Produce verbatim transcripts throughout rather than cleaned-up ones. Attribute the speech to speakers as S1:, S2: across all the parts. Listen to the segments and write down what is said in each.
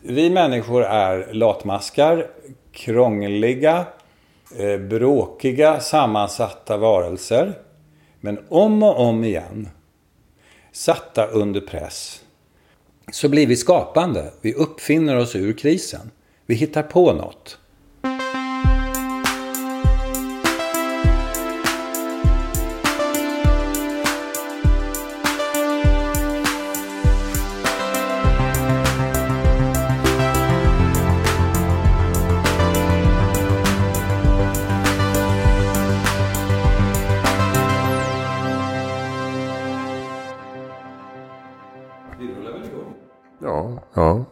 S1: Vi människor är latmaskar, krångliga, eh, bråkiga, sammansatta varelser. Men om och om igen, satta under press, så blir vi skapande. Vi uppfinner oss ur krisen. Vi hittar på något.
S2: Ja, ja.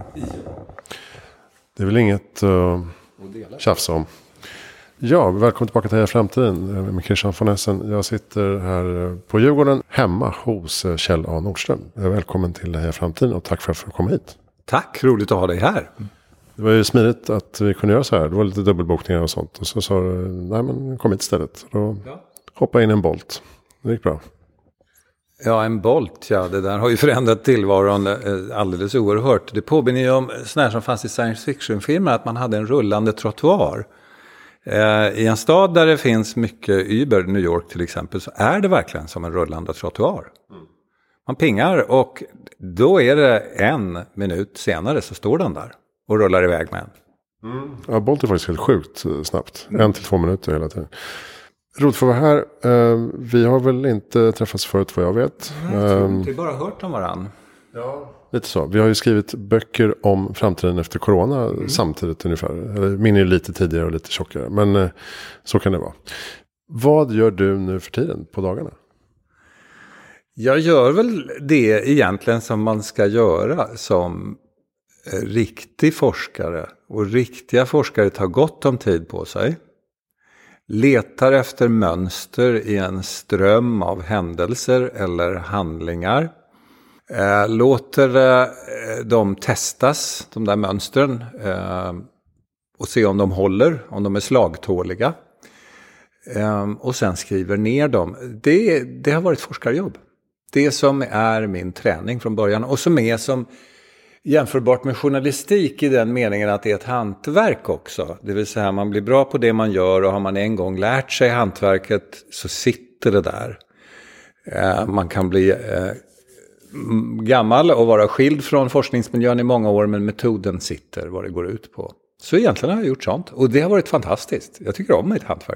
S2: Det är väl inget uh, tjafs om. Ja, välkommen tillbaka till Heja Framtiden med Christian von Essen. Jag sitter här på Djurgården hemma hos Kjell A. Nordström. Välkommen till Heja Framtiden och tack för att du kom hit.
S1: Tack, roligt att ha dig här.
S2: Det var ju smidigt att vi kunde göra så här. Det var lite dubbelbokningar och sånt. Och så sa du, nej men kom hit istället. Då ja. Hoppa in en Bolt. Det gick bra.
S1: Ja, en Bolt, ja. Det där har ju förändrat tillvaron alldeles oerhört. Det påminner ju om sådär som fanns i science fiction-filmer, att man hade en rullande trottoar. Eh, I en stad där det finns mycket Uber, New York till exempel, så är det verkligen som en rullande trottoar. Mm. Man pingar och då är det en minut senare så står den där och rullar iväg med en.
S2: Mm. Ja, Bolt är faktiskt helt sjukt snabbt. Mm. En till två minuter hela tiden. Roligt för att vara här. Uh, vi har väl inte träffats förut vad jag vet.
S1: Nej, jag tror inte. Vi bara hört om varann.
S2: Ja. Lite så. Vi har ju skrivit böcker om framtiden efter corona mm. samtidigt ungefär. Eller min är lite tidigare och lite tjockare. Men uh, så kan det vara. Vad gör du nu för tiden på dagarna?
S1: Jag gör väl det egentligen som man ska göra som riktig forskare. Och riktiga forskare tar gott om tid på sig. Letar efter mönster i en ström av händelser eller handlingar. Eh, låter eh, dem testas, de där mönstren. Eh, och se om de håller, om de är slagtåliga. Eh, och sen skriver ner dem. Det, det har varit forskarjobb. Det som är min träning från början. Och som är som jämförbart med journalistik i den meningen att det är ett hantverk också. Det vill säga man blir bra på det man gör och har man en gång lärt sig hantverket så sitter det där. Eh, man kan bli eh, gammal och vara skild från forskningsmiljön i många år, men metoden sitter vad det går ut på. Så egentligen har jag gjort sånt och det har varit fantastiskt. Jag tycker om mitt hantverk.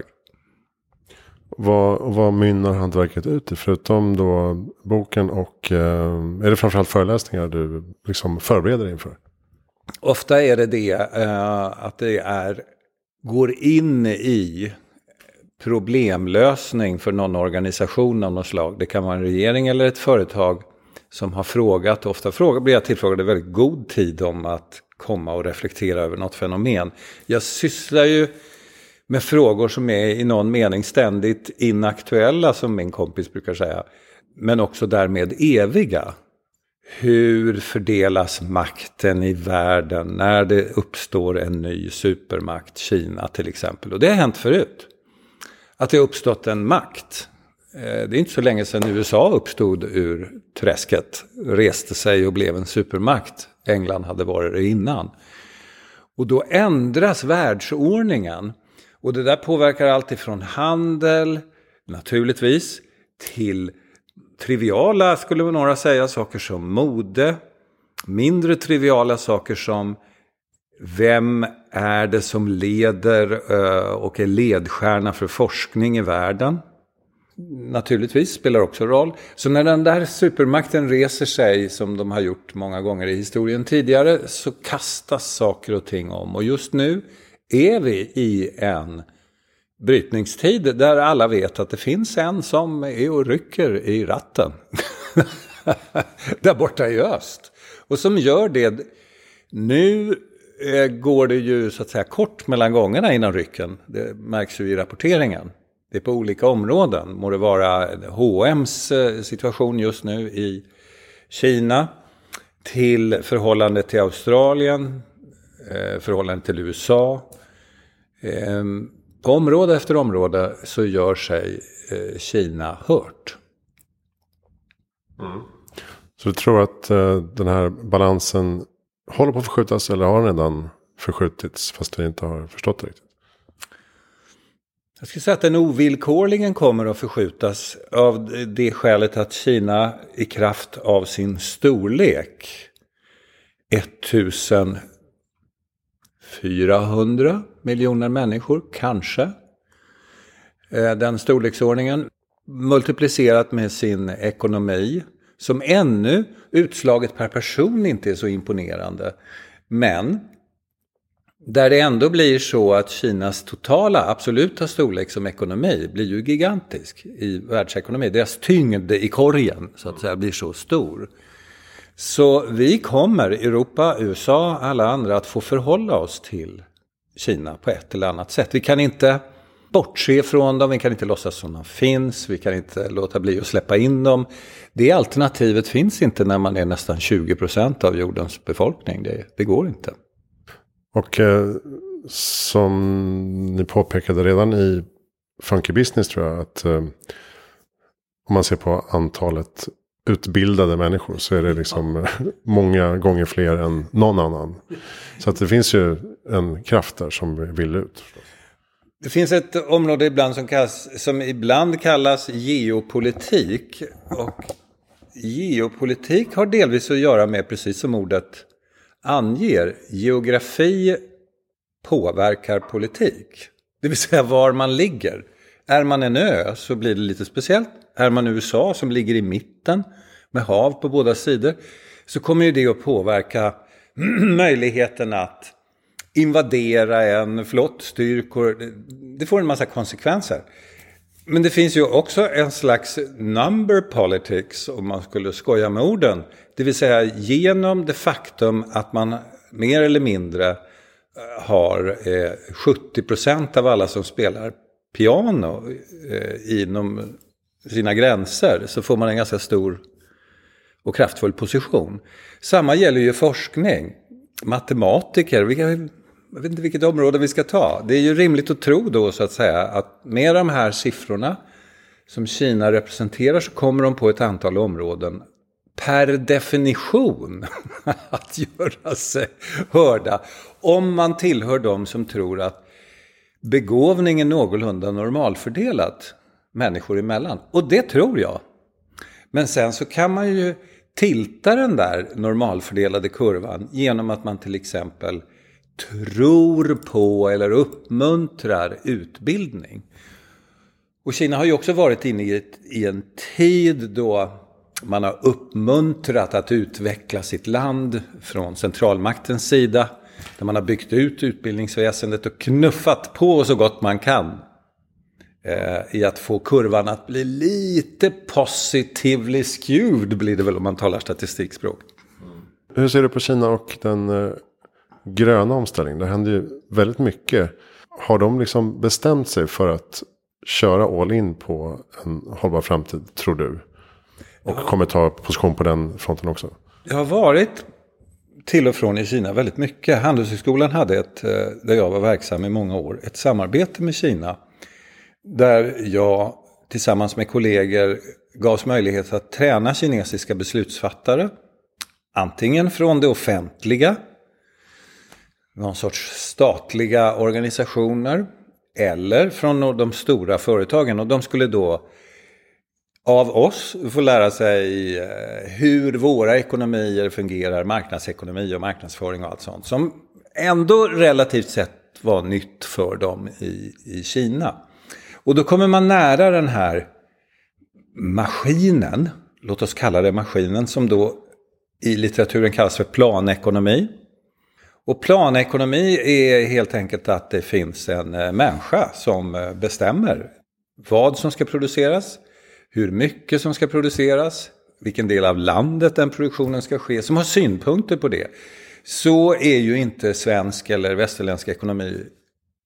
S2: Vad, vad mynnar hantverket ut i? Förutom då boken och eh, är det framförallt föreläsningar du liksom förbereder inför?
S1: Ofta är det det eh, att det är går in i problemlösning för någon organisation av något slag. Det kan vara en regering eller ett företag som har frågat. Ofta frågar, blir jag tillfrågad i väldigt god tid om att komma och reflektera över något fenomen. Jag sysslar ju med frågor som är i någon mening ständigt inaktuella, som min kompis brukar säga. Men också därmed eviga. Hur fördelas makten i världen när det uppstår en ny supermakt, Kina till exempel. Och det har hänt förut. Att det har uppstått en makt. Det är inte så länge sedan U S A uppstod ur träsket. Reste sig och blev en supermakt. England hade varit det innan. Och då ändras världsordningen. Och det där påverkar allt ifrån handel, naturligtvis, till triviala, skulle man några säga, saker som mode. Mindre triviala saker som vem är det som leder och är ledstjärna för forskning i världen. Naturligtvis spelar också roll. Så när den där supermakten reser sig, som de har gjort många gånger i historien tidigare, så kastas saker och ting om. Och just nu är vi i en brytningstid där alla vet att det finns en som är och rycker i ratten. Där borta i öst. Och som gör det. Nu eh, går det ju så att säga kort mellan gångerna innan rycken. Det märks ju i rapporteringen. Det är på olika områden. Må det vara H och M:s situation just nu i Kina. Till förhållande till Australien. Eh, förhållande till U S A. Eh, på område efter område så gör sig eh, Kina hört.
S2: Mm. Så du tror att eh, den här balansen håller på att förskjutas eller har redan förskjutits fast vi inte har förstått det riktigt?
S1: Jag skulle säga att den ovillkorligen kommer att förskjutas av det skälet att Kina i kraft av sin storlek ettusenfyrahundra miljoner människor kanske. Den storleksordningen multiplicerat med sin ekonomi som ännu utslaget per person inte är så imponerande. Men där det ändå blir så att Kinas totala absoluta storlek som ekonomi blir ju gigantisk i världsekonomi. Deras tyngd i korgen så att säga blir så stor. Så vi kommer, Europa, U S A, alla andra att få förhålla oss till Kina på ett eller annat sätt. Vi kan inte bortse från dem, vi kan inte låtsas som de finns, vi kan inte låta bli att släppa in dem. Det alternativet finns inte när man är nästan tjugo procent av jordens befolkning. Det, det går inte.
S2: Och eh, som ni påpekade redan i Funky Business tror jag att eh, om man ser på antalet utbildade människor så är det liksom eh, många gånger fler än någon annan. Så att det finns ju en kraft där som vill ut.
S1: Det finns ett område ibland som kallas, som ibland kallas geopolitik. Och geopolitik har delvis att göra med, precis som ordet anger, geografi påverkar politik. Det vill säga var man ligger. Är man en ö så blir det lite speciellt. Är man U S A som ligger i mitten med hav på båda sidor så kommer ju det att påverka möjligheten att invadera en flottstyrkor. Det får en massa konsekvenser. Men det finns ju också en slags number politics om man skulle skoja med orden. Det vill säga genom det faktum att man mer eller mindre har eh, sjuttio procent av alla som spelar piano eh, inom sina gränser så får man en ganska stor och kraftfull position. Samma gäller ju forskning. Matematiker, vilka, jag vet inte vilket område vi ska ta. Det är ju rimligt att tro då så att säga att med de här siffrorna som Kina representerar så kommer de på ett antal områden per definition att göra sig hörda. Om man tillhör de som tror att begåvning är någorlunda normalfördelat människor emellan. Och det tror jag. Men sen så kan man ju tilta den där normalfördelade kurvan genom att man till exempel tror på eller uppmuntrar utbildning. Och Kina har ju också varit inne i, ett, i en tid då man har uppmuntrat att utveckla sitt land från centralmaktens sida. Där man har byggt ut utbildningsväsendet och knuffat på så gott man kan. Eh, I att få kurvan att bli lite positively skewed blir det väl om man talar statistikspråk.
S2: Hur ser du på Kina och den eh, gröna omställningen? Det händer ju väldigt mycket. Har de liksom bestämt sig för att köra all in på en hållbar framtid, tror du? Och kommer ta position på den fronten också?
S1: Jag har varit till och från i Kina väldigt mycket. Handelshögskolan hade ett, där jag var verksam i många år, ett samarbete med Kina. Där jag tillsammans med kollegor gavs möjlighet att träna kinesiska beslutsfattare. Antingen från det offentliga, någon sorts statliga organisationer. Eller från de stora företagen. Och de skulle då av oss få lära sig hur våra ekonomier fungerar, marknadsekonomi och marknadsföring och allt sånt. Som ändå relativt sett var nytt för dem i, i Kina. Och då kommer man nära den här maskinen, låt oss kalla det maskinen, som då i litteraturen kallas för planekonomi. Och planekonomi är helt enkelt att det finns en människa som bestämmer vad som ska produceras, hur mycket som ska produceras, vilken del av landet den produktionen ska ske, som har synpunkter på det. Så är ju inte svensk eller västerländsk ekonomi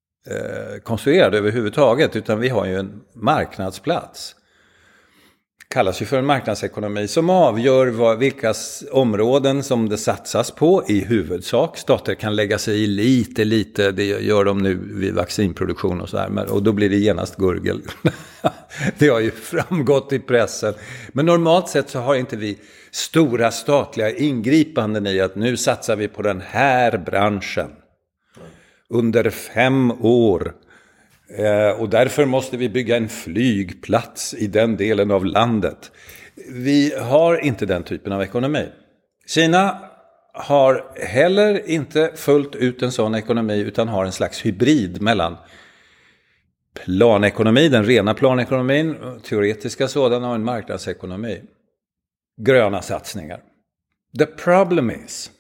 S1: eh, konstruerad överhuvudtaget, utan vi har ju en marknadsplats. kallas ju för en marknadsekonomi som avgör vad, vilka områden som det satsas på i huvudsak. Stater kan lägga sig i lite, lite, det gör de nu vid vaccinproduktion och så där, och då blir det genast gurgel. Det har ju framgått i pressen. Men normalt sett så har inte vi stora statliga ingripanden i att nu satsar vi på den här branschen under fem år. Och därför måste vi bygga en flygplats i den delen av landet. Vi har inte den typen av ekonomi. Kina har heller inte fullt ut en sån ekonomi utan har en slags hybrid mellan planekonomi, den rena planekonomin, teoretiska sådan, och en marknadsekonomi. Gröna satsningar. The problem is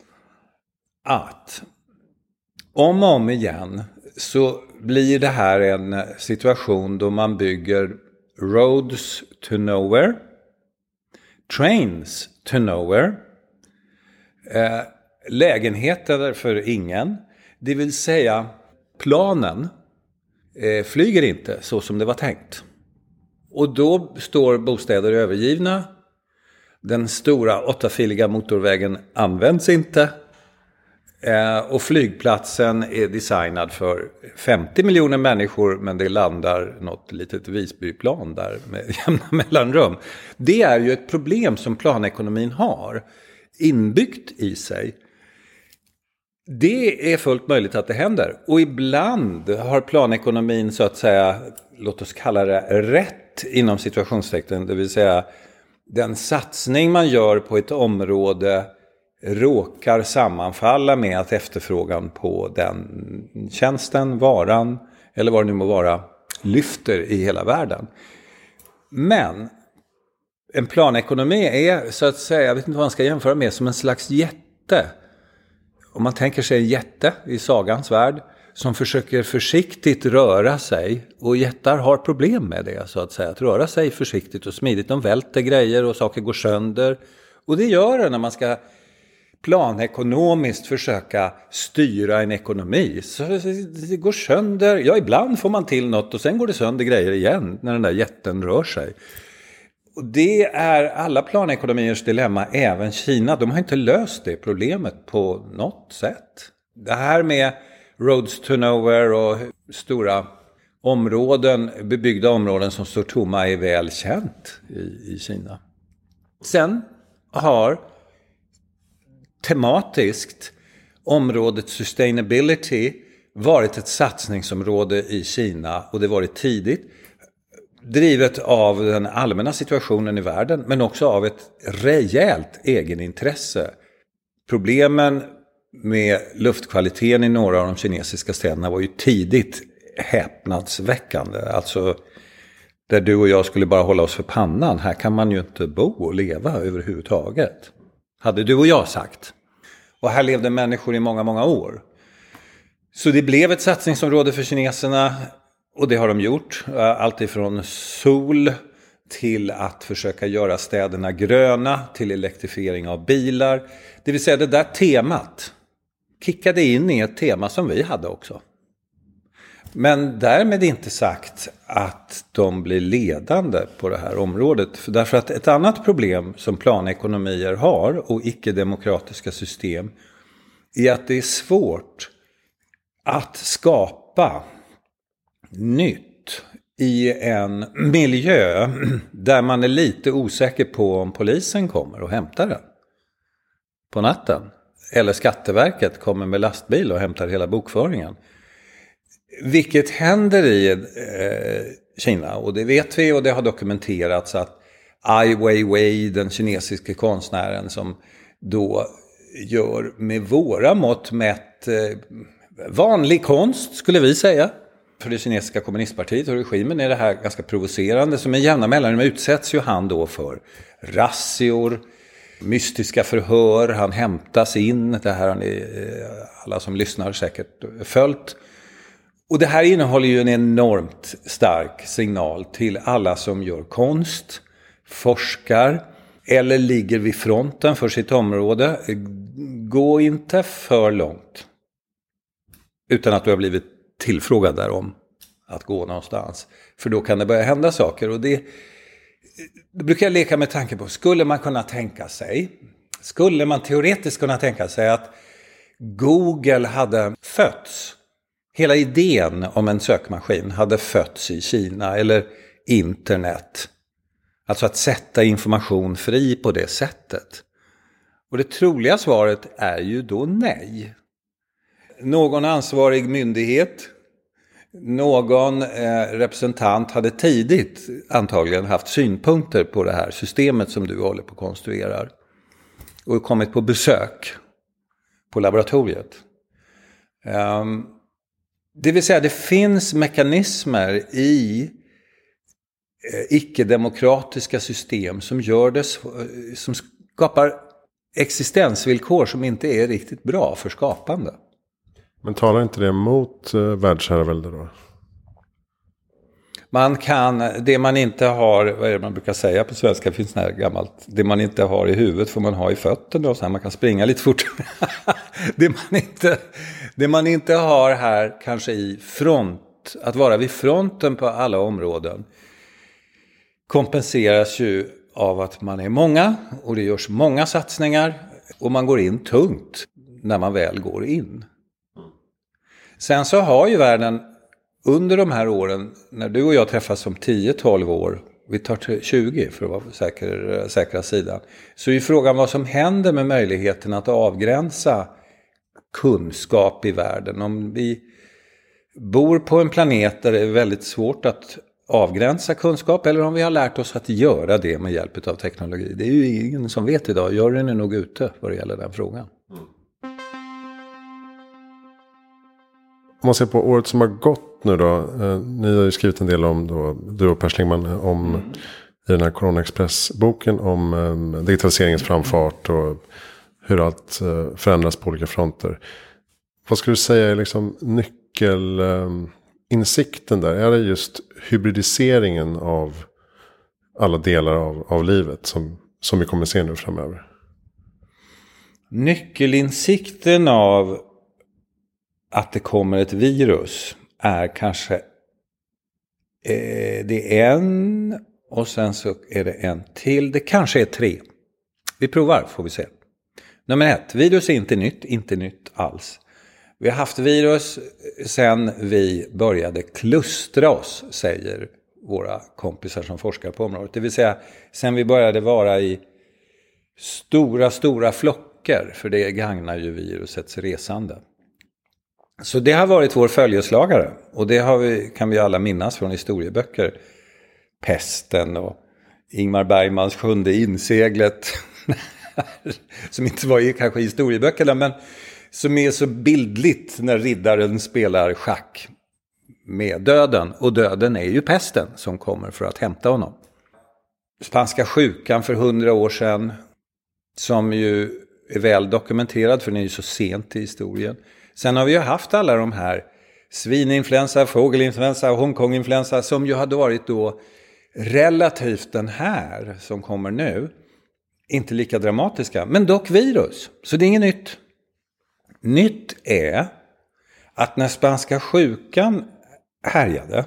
S1: att om och om igen så blir det här en situation då man bygger roads to nowhere, trains to nowhere, eh, lägenheter för ingen. Det vill säga planen eh, flyger inte så som det var tänkt. Och då står bostäder övergivna. Den stora åttafiliga motorvägen används inte. Eh, och flygplatsen är designad för femtio miljoner människor, men det landar något litet Visbyplan där med jämna mellanrum. Det är ju ett problem som planekonomin har inbyggt i sig. Det är fullt möjligt att det händer. Och ibland har planekonomin så att säga, låt oss kalla det rätt inom situationstecken, det vill säga den satsning man gör på ett område råkar sammanfalla med att efterfrågan på den tjänsten, varan eller vad det nu må vara lyfter i hela världen. Men en planekonomi är så att säga, jag vet inte vad man ska jämföra med, som en slags jätte. Om man tänker sig en jätte i sagans värld som försöker försiktigt röra sig, och jättar har problem med det så att säga, att röra sig försiktigt och smidigt. De välter grejer och saker går sönder, och det gör det när man ska planekonomiskt försöka styra en ekonomi. Så det går sönder. Ja, ibland får man till något och sen går det sönder grejer igen när den där jätten rör sig. Och det är alla planekonomiers dilemma, även Kina. De har inte löst det problemet på något sätt. Det här med roads to nowhere och stora områden, bebyggda områden som står tomma är väl känt i, i Kina. Sen har tematiskt området sustainability varit ett satsningsområde i Kina, och det varit tidigt drivet av den allmänna situationen i världen, men också av ett rejält egenintresse. Problemen med luftkvaliteten i några av de kinesiska städerna var ju tidigt häpnadsväckande. Alltså där du och jag skulle bara hålla oss för pannan. Här kan man ju inte bo och leva överhuvudtaget, hade du och jag sagt. Och här levde människor i många, många år. Så det blev ett satsningsområde för kineserna, och det har de gjort. Allt ifrån sol till att försöka göra städerna gröna, till elektrifiering av bilar. Det vill säga det där temat kickade in i ett tema som vi hade också. Men därmed inte sagt att de blir ledande på det här området. För därför att ett annat problem som planekonomier har och icke-demokratiska system är att det är svårt att skapa nytt i en miljö där man är lite osäker på om polisen kommer och hämtar den på natten. Eller Skatteverket kommer med lastbil och hämtar hela bokföringen. Vilket händer i eh, Kina, och det vet vi och det har dokumenterats att Ai Weiwei, den kinesiska konstnären som då gör med våra mått mätt eh, vanlig konst skulle vi säga. För det kinesiska kommunistpartiet och regimen är det här ganska provocerande, som en jämna mellanrum utsätts ju han då för razzior, mystiska förhör, han hämtas in, det här har ni alla som lyssnar säkert följt. Och det här innehåller ju en enormt stark signal till alla som gör konst, forskar eller ligger vid fronten för sitt område. Gå inte för långt utan att du har blivit tillfrågad därom att gå någonstans. För då kan det börja hända saker, och det, det brukar jag leka med tanke på, skulle man kunna tänka sig, skulle man teoretiskt kunna tänka sig att Google hade fötts, hela idén om en sökmaskin hade fötts i Kina eller internet. Alltså att sätta information fri på det sättet. Och det troliga svaret är ju då nej. Någon ansvarig myndighet, någon eh, representant hade tidigt antagligen haft synpunkter på det här systemet som du håller på att konstruera. Och kommit på besök på laboratoriet. Um, det vill säga det finns mekanismer i eh, icke-demokratiska system som gör det, som skapar existensvillkor som inte är riktigt bra för skapande.
S2: Men talar inte det mot eh, världsherravälde då?
S1: Man kan, det man inte har, vad är det man brukar säga på svenska, finns det här gammalt, det man inte har i huvudet får man ha i fötterna och så här, man kan springa lite fortare. det, man inte, det man inte har här kanske i front, att vara vid fronten på alla områden kompenseras ju av att man är många och det görs många satsningar och man går in tungt när man väl går in. Sen så har ju världen under de här åren, när du och jag träffas som tio tolv år, vi tar tjugo för att vara på säker, säkra sidan, så är ju frågan vad som händer med möjligheten att avgränsa kunskap i världen. Om vi bor på en planet där det är väldigt svårt att avgränsa kunskap, eller om vi har lärt oss att göra det med hjälp av teknologi. Det är ju ingen som vet idag, gör den är nog ute vad det gäller den frågan. Mm.
S2: Om man ser på året som har gått nu då. Eh, ni har ju skrivit en del om, då, du och Per Schlingmann, om mm. i den här Corona Express-boken om eh, digitaliseringens framfart och hur allt eh, förändras på olika fronter. Vad skulle du säga är liksom nyckelinsikten eh, där? Är det just hybridiseringen av alla delar av, av livet som, som vi kommer se nu framöver?
S1: Nyckelinsikten av att det kommer ett virus är kanske eh, det är en och sen så är det en till. Det kanske är tre. Vi provar får vi se. Nummer ett, virus är inte nytt, inte nytt alls. Vi har haft virus sedan vi började klustra oss, säger våra kompisar som forskar på området. Det vill säga sedan vi började vara i stora, stora flockar, för det gagnar ju virusets resande. Så det har varit vår följeslagare, och det har vi, kan vi alla minnas från historieböcker. Pesten och Ingmar Bergmans sjunde inseglet, som inte var i kanske historieböckerna, men som är så bildligt när riddaren spelar schack med döden. Och döden är ju pesten som kommer för att hämta honom. Spanska sjukan för hundra år sedan, som ju är väl dokumenterad för den är ju så sent i historien. Sen har vi ju haft alla de här svininfluensa, fågelinfluensa och Hongkonginfluensa som ju hade varit då relativt den här som kommer nu. Inte lika dramatiska, men dock virus. Så det är inget nytt. Nytt är att när spanska sjukan härjade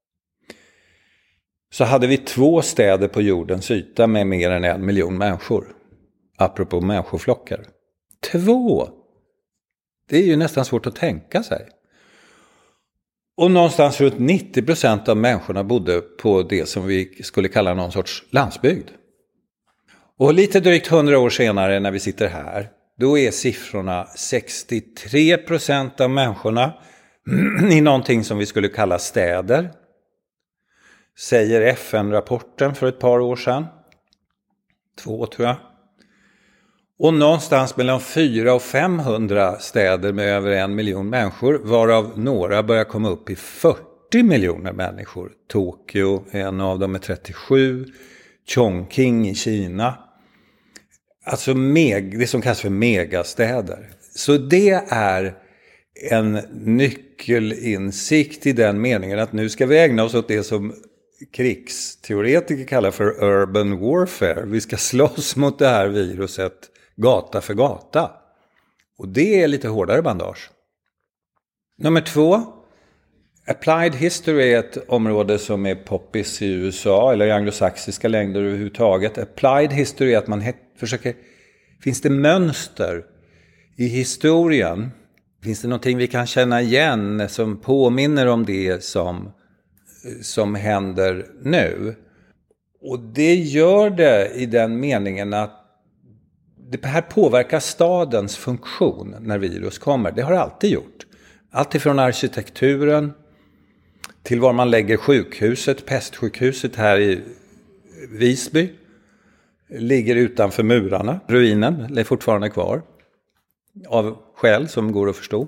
S1: så hade vi två städer på jordens yta med mer än en miljon människor. Apropå människoflockar. Två! Det är ju nästan svårt att tänka sig. Och någonstans runt nittio procent av människorna bodde på det som vi skulle kalla någon sorts landsbygd. Och lite drygt hundra år senare när vi sitter här, då är siffrorna sextiotre procent av människorna i någonting som vi skulle kalla städer. Säger F N-rapporten för ett par år sedan. Två tror jag. Och någonstans mellan fyra och femhundra städer med över en miljon människor, varav några börjar komma upp i fyrtio miljoner människor. Tokyo, en av dem är trettiosju. Chongqing i Kina. Alltså meg, det som kallas för megastäder. Så det är en nyckelinsikt i den meningen att nu ska vi ägna oss åt det som krigsteoretiker kallar för urban warfare. Vi ska slåss mot det här viruset gata för gata. Och det är lite hårdare bandage. Nummer två Applied history är ett område som är poppis i U S A eller i anglosaxiska länder överhuvudtaget. Applied history är att man he- försöker, finns det mönster i historien? Finns det någonting vi kan känna igen som påminner om det som, som händer nu? Och det gör det i den meningen att det här påverkar stadens funktion när virus kommer. Det har det alltid gjort. Allt ifrån arkitekturen till var man lägger sjukhuset. Pestsjukhuset här i Visby ligger utanför murarna. Ruinen är fortfarande kvar av skäl som går att förstå.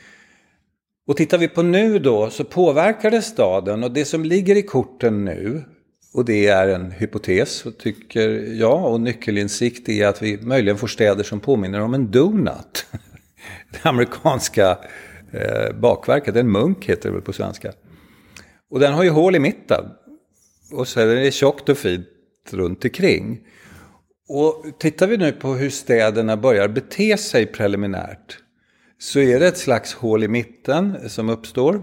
S1: Och tittar vi på nu då så påverkar det staden, och det som ligger i korten nu, och det är en hypotes så tycker jag, och nyckelinsikt är att vi möjligen får städer som påminner om en donut. Det amerikanska eh, bakverket, en munk heter det väl på svenska. Och den har ju hål i mitten. Och så är det tjockt och fint runt omkring. Och tittar vi nu på hur städerna börjar bete sig preliminärt, så är det ett slags hål i mitten som uppstår.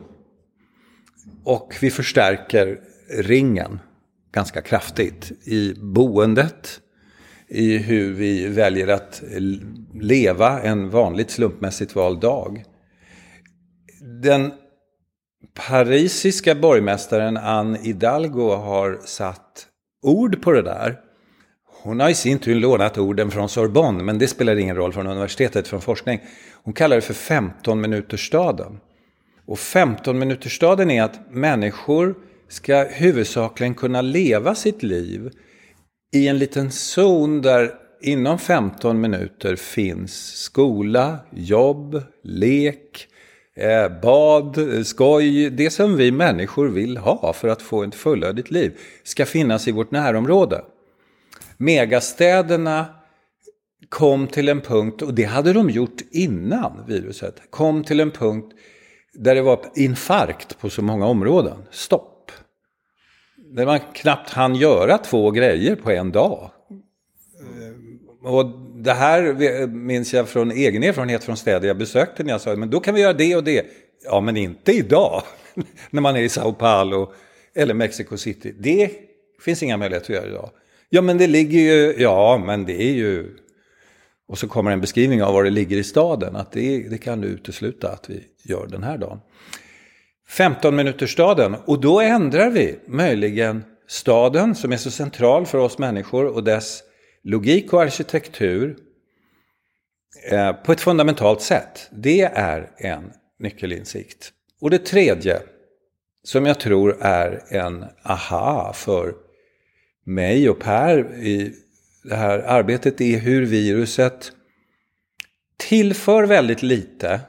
S1: Och vi förstärker ringen ganska kraftigt i boendet, i hur vi väljer att leva en vanligt slumpmässigt vald dag. Den parisiska borgmästaren Anne Hidalgo har satt ord på det där. Hon har i sin tur lånat orden från Sorbonne, men det spelar ingen roll från universitetet, från forskning. Hon kallar det för femton-minutersstaden. Och femton-minutersstaden är att människor ska huvudsakligen kunna leva sitt liv i en liten zon där inom femton minuter finns skola, jobb, lek, eh, bad, skoj. Det som vi människor vill ha för att få ett fullödigt liv ska finnas i vårt närområde. Megastäderna kom till en punkt, och det hade de gjort innan viruset, kom till en punkt där det var infarkt på så många områden. Stopp. Där man knappt hann göra två grejer på en dag. Och det här minns jag från egen erfarenhet från städer jag besökte, när jag sa, men då kan vi göra det och det. Ja, men inte idag. När man är i Sao Paulo eller Mexico City. Det finns inga möjligheter att göra idag. Ja, men det ligger ju, ja, men det är ju, och så kommer en beskrivning av var det ligger i staden, att det, det kan du utesluta att vi gör den här dagen. femton minuters staden, och då ändrar vi möjligen staden som är så central för oss människor och dess logik och arkitektur eh, på ett fundamentalt sätt. Det är en nyckelinsikt. Och det tredje som jag tror är en aha för mig och Per i det här arbetet är hur viruset tillför väldigt lite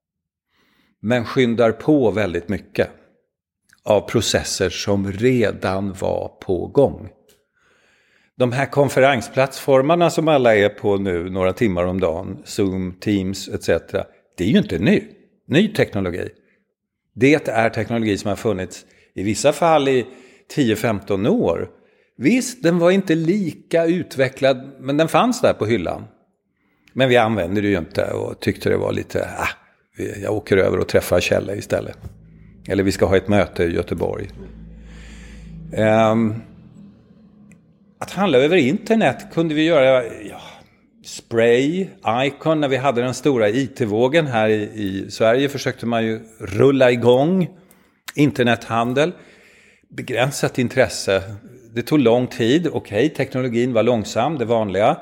S1: men skyndar på väldigt mycket av processer som redan var på gång. De här konferensplattformarna som alla är på nu några timmar om dagen, Zoom, Teams et cetera. Det är ju inte ny, ny teknologi. Det är teknologi som har funnits i vissa fall i tio femton år. Visst, den var inte lika utvecklad, men den fanns där på hyllan. Men vi använde det ju inte och tyckte det var lite, ah, jag åker över och träffar Kjelle istället. Eller vi ska ha ett möte i Göteborg. Um, att handla över internet kunde vi göra, ja, Spray, Icon, när vi hade den stora I T-vågen här i, i Sverige försökte man ju rulla igång internethandel. Begränsat intresse. Det tog lång tid, okej, okay, teknologin var långsam, det vanliga.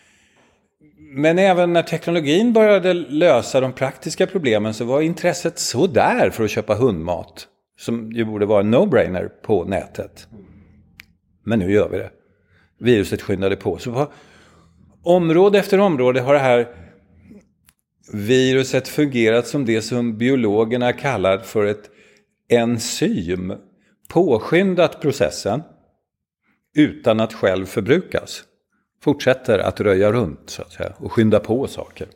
S1: Men även när teknologin började lösa de praktiska problemen så var intresset så där för att köpa hundmat, som ju borde vara en no-brainer på nätet. Men nu gör vi det. Viruset skyndade på. Så på område efter område har det här viruset fungerat som det som biologerna kallar för ett enzym. Påskyndat processen utan att själv förbrukas. Fortsätter att röja runt så att säga, och skynda på saker.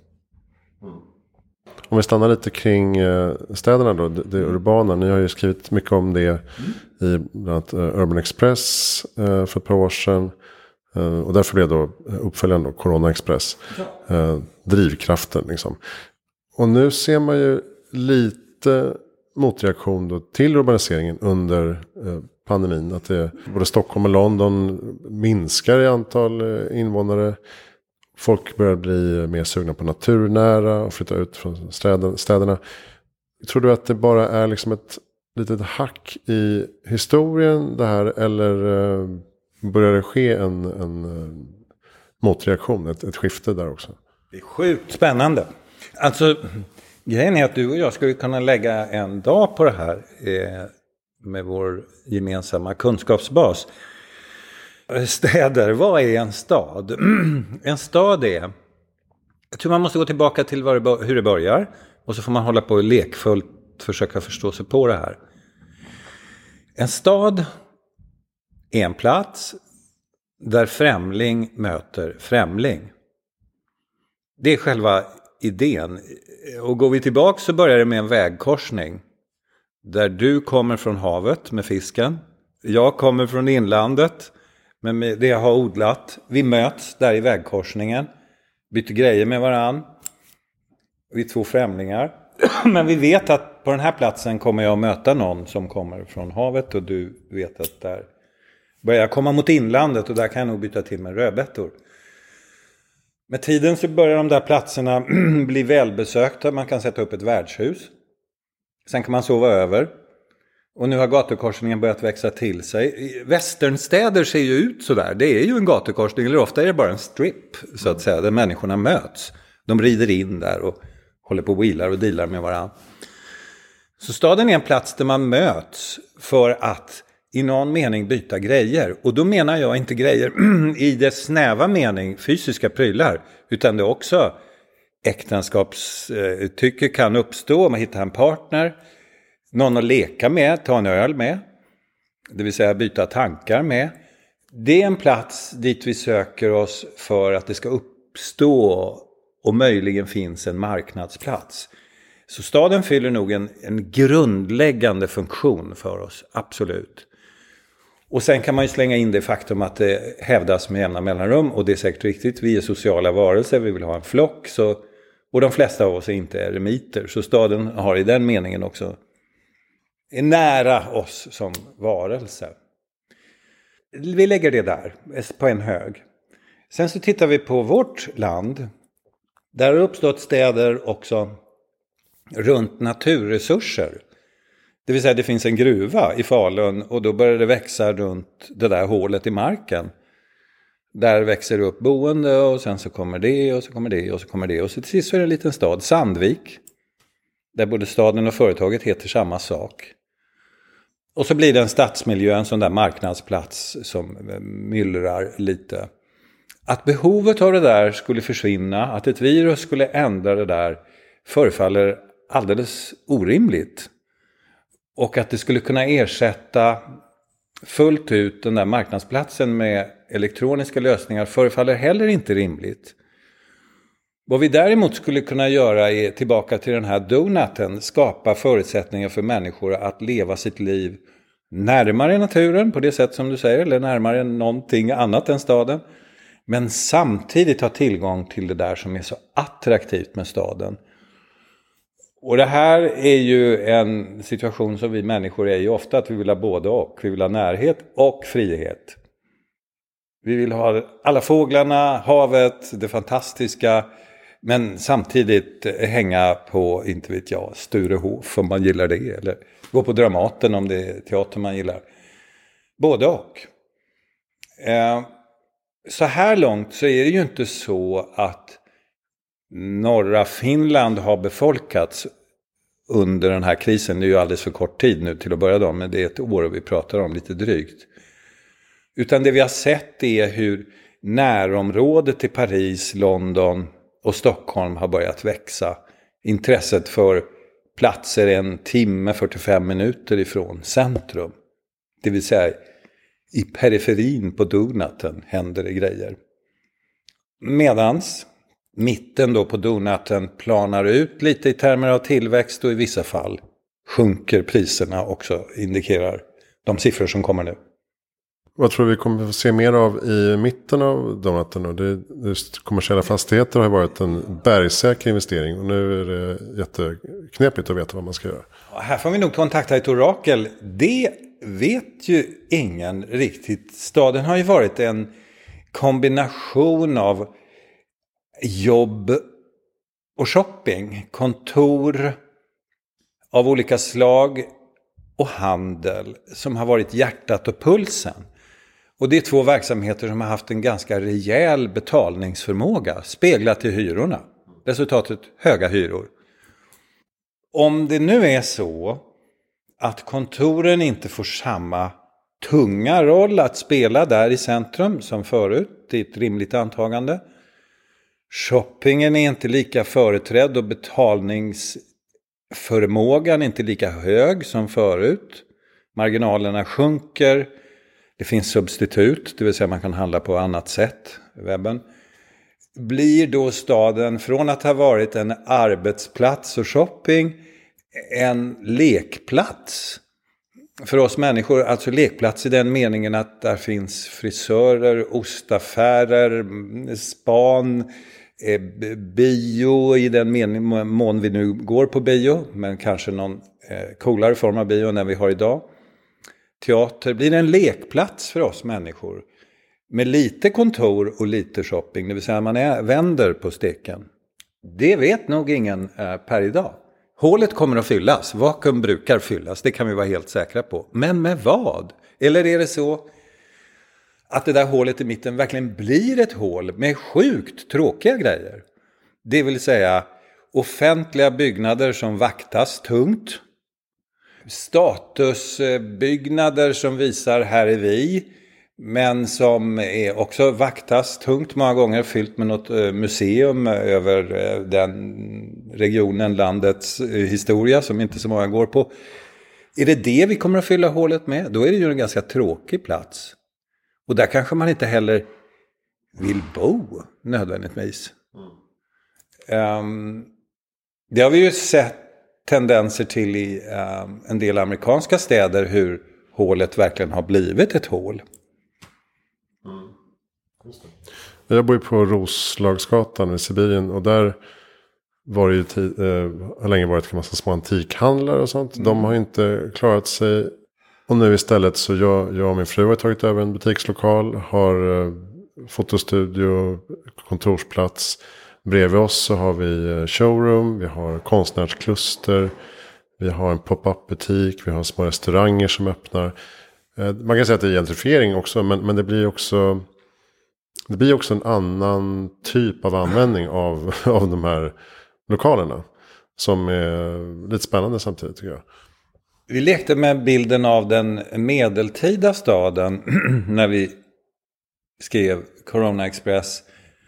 S2: Om vi stannar lite kring städerna då, det, det urbana. Ni har ju skrivit mycket om det i bland annat Urban Express för ett par år sedan. Och därför blev då uppföljaren då Corona Express ja. drivkraften liksom. Och nu ser man ju lite motreaktion då till urbaniseringen under eh, pandemin. Att det, både Stockholm och London minskar i antal eh, invånare. Folk börjar bli mer sugna på naturnära och flytta ut från städer, städerna. Tror du att det bara är liksom ett litet hack i historien det här, eller eh, börjar det ske en, en eh, motreaktion, ett, ett skifte där också?
S1: Det är sjukt spännande. Alltså, grejen är att du och jag skulle kunna lägga en dag på det här eh, med vår gemensamma kunskapsbas. Städer, vad är en stad? En stad är, jag tror man måste gå tillbaka till vad det, hur det börjar, och så får man hålla på och lekfullt försöka förstå sig på det här. En stad är en plats där främling möter främling. Det är själva idén. Och går vi tillbaka så börjar det med en vägkorsning. Där du kommer från havet med fisken. Jag kommer från inlandet med det jag har odlat. Vi möts där i vägkorsningen. Byter grejer med varann. Vi är två främlingar. Men vi vet att på den här platsen kommer jag att möta någon som kommer från havet. Och du vet att där börjar jag komma mot inlandet, och där kan jag nog byta till med rödbetor. Med tiden så börjar de där platserna bli välbesökta. Man kan sätta upp ett värdshus. Sen kan man sova över. Och nu har gatukorsningen börjat växa till sig. Västernstäder ser ju ut sådär. Det är ju en gatukorsning, eller ofta är det bara en strip så att säga, där människorna möts. De rider in där och håller på och wheelar och dealar med varandra. Så staden är en plats där man möts för att i någon mening byta grejer. Och då menar jag inte grejer i dess snäva mening, fysiska prylar, utan det också äktenskapstycke kan uppstå om man hittar en partner, någon att leka med, ta en öl med, det vill säga byta tankar med. Det är en plats dit vi söker oss för att det ska uppstå och möjligen finns en marknadsplats. Så staden fyller nog en, en grundläggande funktion för oss, absolut. Och sen kan man ju slänga in det faktum att det hävdas med jämna mellanrum, och det är säkert riktigt. Vi är sociala varelser, vi vill ha en flock, så, och de flesta av oss är inte eremiter. Så staden har i den meningen också, är nära oss som varelse. Vi lägger det där på en hög. Sen så tittar vi på vårt land. Där har uppstått städer också runt naturresurser. Det vill säga det finns en gruva i Falun, och då börjar det växa runt det där hålet i marken. Där växer det upp boende, och sen så kommer det och så kommer det och så kommer det. Och så till sist så är det en liten stad, Sandvik. Där både staden och företaget heter samma sak. Och så blir det en stadsmiljö, en sån där marknadsplats som myllrar lite. Att behovet av det där skulle försvinna, att ett virus skulle ändra det där, förefaller alldeles orimligt. Och att det skulle kunna ersätta fullt ut den där marknadsplatsen med elektroniska lösningar förefaller heller inte rimligt. Vad vi däremot skulle kunna göra är, tillbaka till den här donaten, skapa förutsättningar för människor att leva sitt liv närmare naturen på det sätt som du säger, eller närmare någonting annat än staden. Men samtidigt ha tillgång till det där som är så attraktivt med staden. Och det här är ju en situation som vi människor är ju ofta, att vi vill ha både och. Vi vill ha närhet och frihet. Vi vill ha alla fåglarna, havet, det fantastiska. Men samtidigt hänga på, inte vet jag, Sturehof om man gillar det. Eller gå på Dramaten om det är teater man gillar. Både och. Eh, så här långt så är det ju inte så att norra Finland har befolkats under den här krisen. Det är ju alldeles för kort tid nu till att börja då, men det är ett år vi pratar om, lite drygt. Utan det vi har sett är hur närområdet till Paris, London och Stockholm har börjat växa. Intresset för platser en timme, fyrtiofem minuter ifrån centrum. Det vill säga i periferin på donaten händer det grejer. Medans mitten då på donaten planar ut lite i termer av tillväxt, och i vissa fall sjunker priserna också, indikerar de siffror som kommer nu.
S2: Vad tror vi kommer att se mer av i mitten av donaten? Och det, det kommersiella fastigheter har varit en bergsäker investering, och nu är det knepigt att veta vad man ska göra.
S1: Här får vi nog kontakta ett orakel. Det vet ju ingen riktigt. Staden har ju varit en kombination av jobb och shopping, kontor av olika slag och handel som har varit hjärtat och pulsen. Och det är två verksamheter som har haft en ganska rejäl betalningsförmåga speglat i hyrorna. Resultatet höga hyror. Om det nu är så att kontoren inte får samma tunga roll att spela där i centrum som förut, det är ett rimligt antagande. Shoppingen är inte lika företrädd och betalningsförmågan är inte lika hög som förut. Marginalerna sjunker. Det finns substitut, det vill säga man kan handla på annat sätt i webben. Blir då staden från att ha varit en arbetsplats och shopping en lekplats för oss människor? Alltså lekplats i den meningen att där finns frisörer, ostaffärer, span, bio i den mening, mån vi nu går på bio, men kanske någon coolare form av bio än den vi har idag. Teater blir en lekplats för oss människor med lite kontor och lite shopping, det vill säga man är, vänder på steken. Det vet nog ingen eh, per idag. Hålet kommer att fyllas, vakuum brukar fyllas, det kan vi vara helt säkra på. Men med vad? Eller är det så att det där hålet i mitten verkligen blir ett hål med sjukt tråkiga grejer? Det vill säga offentliga byggnader som vaktas tungt. Statusbyggnader som visar här är vi, men som är också vaktas tungt många gånger, fyllt med något museum över den regionen, landets historia som inte så många går på. Är det det vi kommer att fylla hålet med? Då är det ju en ganska tråkig plats. Och där kanske man inte heller vill bo nödvändigtvis. Mm. Um, det har vi ju sett tendenser till i um, en del amerikanska städer, hur hålet verkligen har blivit ett hål.
S2: Mm. Just det. Jag bor ju på Roslagsgatan i Sibirien, och där var det ju t- eh, har länge varit en massa små antikhandlare och sånt. Mm. De har inte klarat sig, och nu istället så jag, jag och min fru har tagit över en butikslokal, har eh, fotostudio, kontorsplats. Bredvid oss så har vi showroom, vi har konstnärskluster, vi har en pop-up butik, vi har små restauranger som öppnar. Man kan säga att det är gentrifiering också, men, men det blir också det blir också en annan typ av användning av, av de här lokalerna som är lite spännande samtidigt, tycker jag.
S1: Vi lekte med bilden av den medeltida staden när vi skrev Corona Express.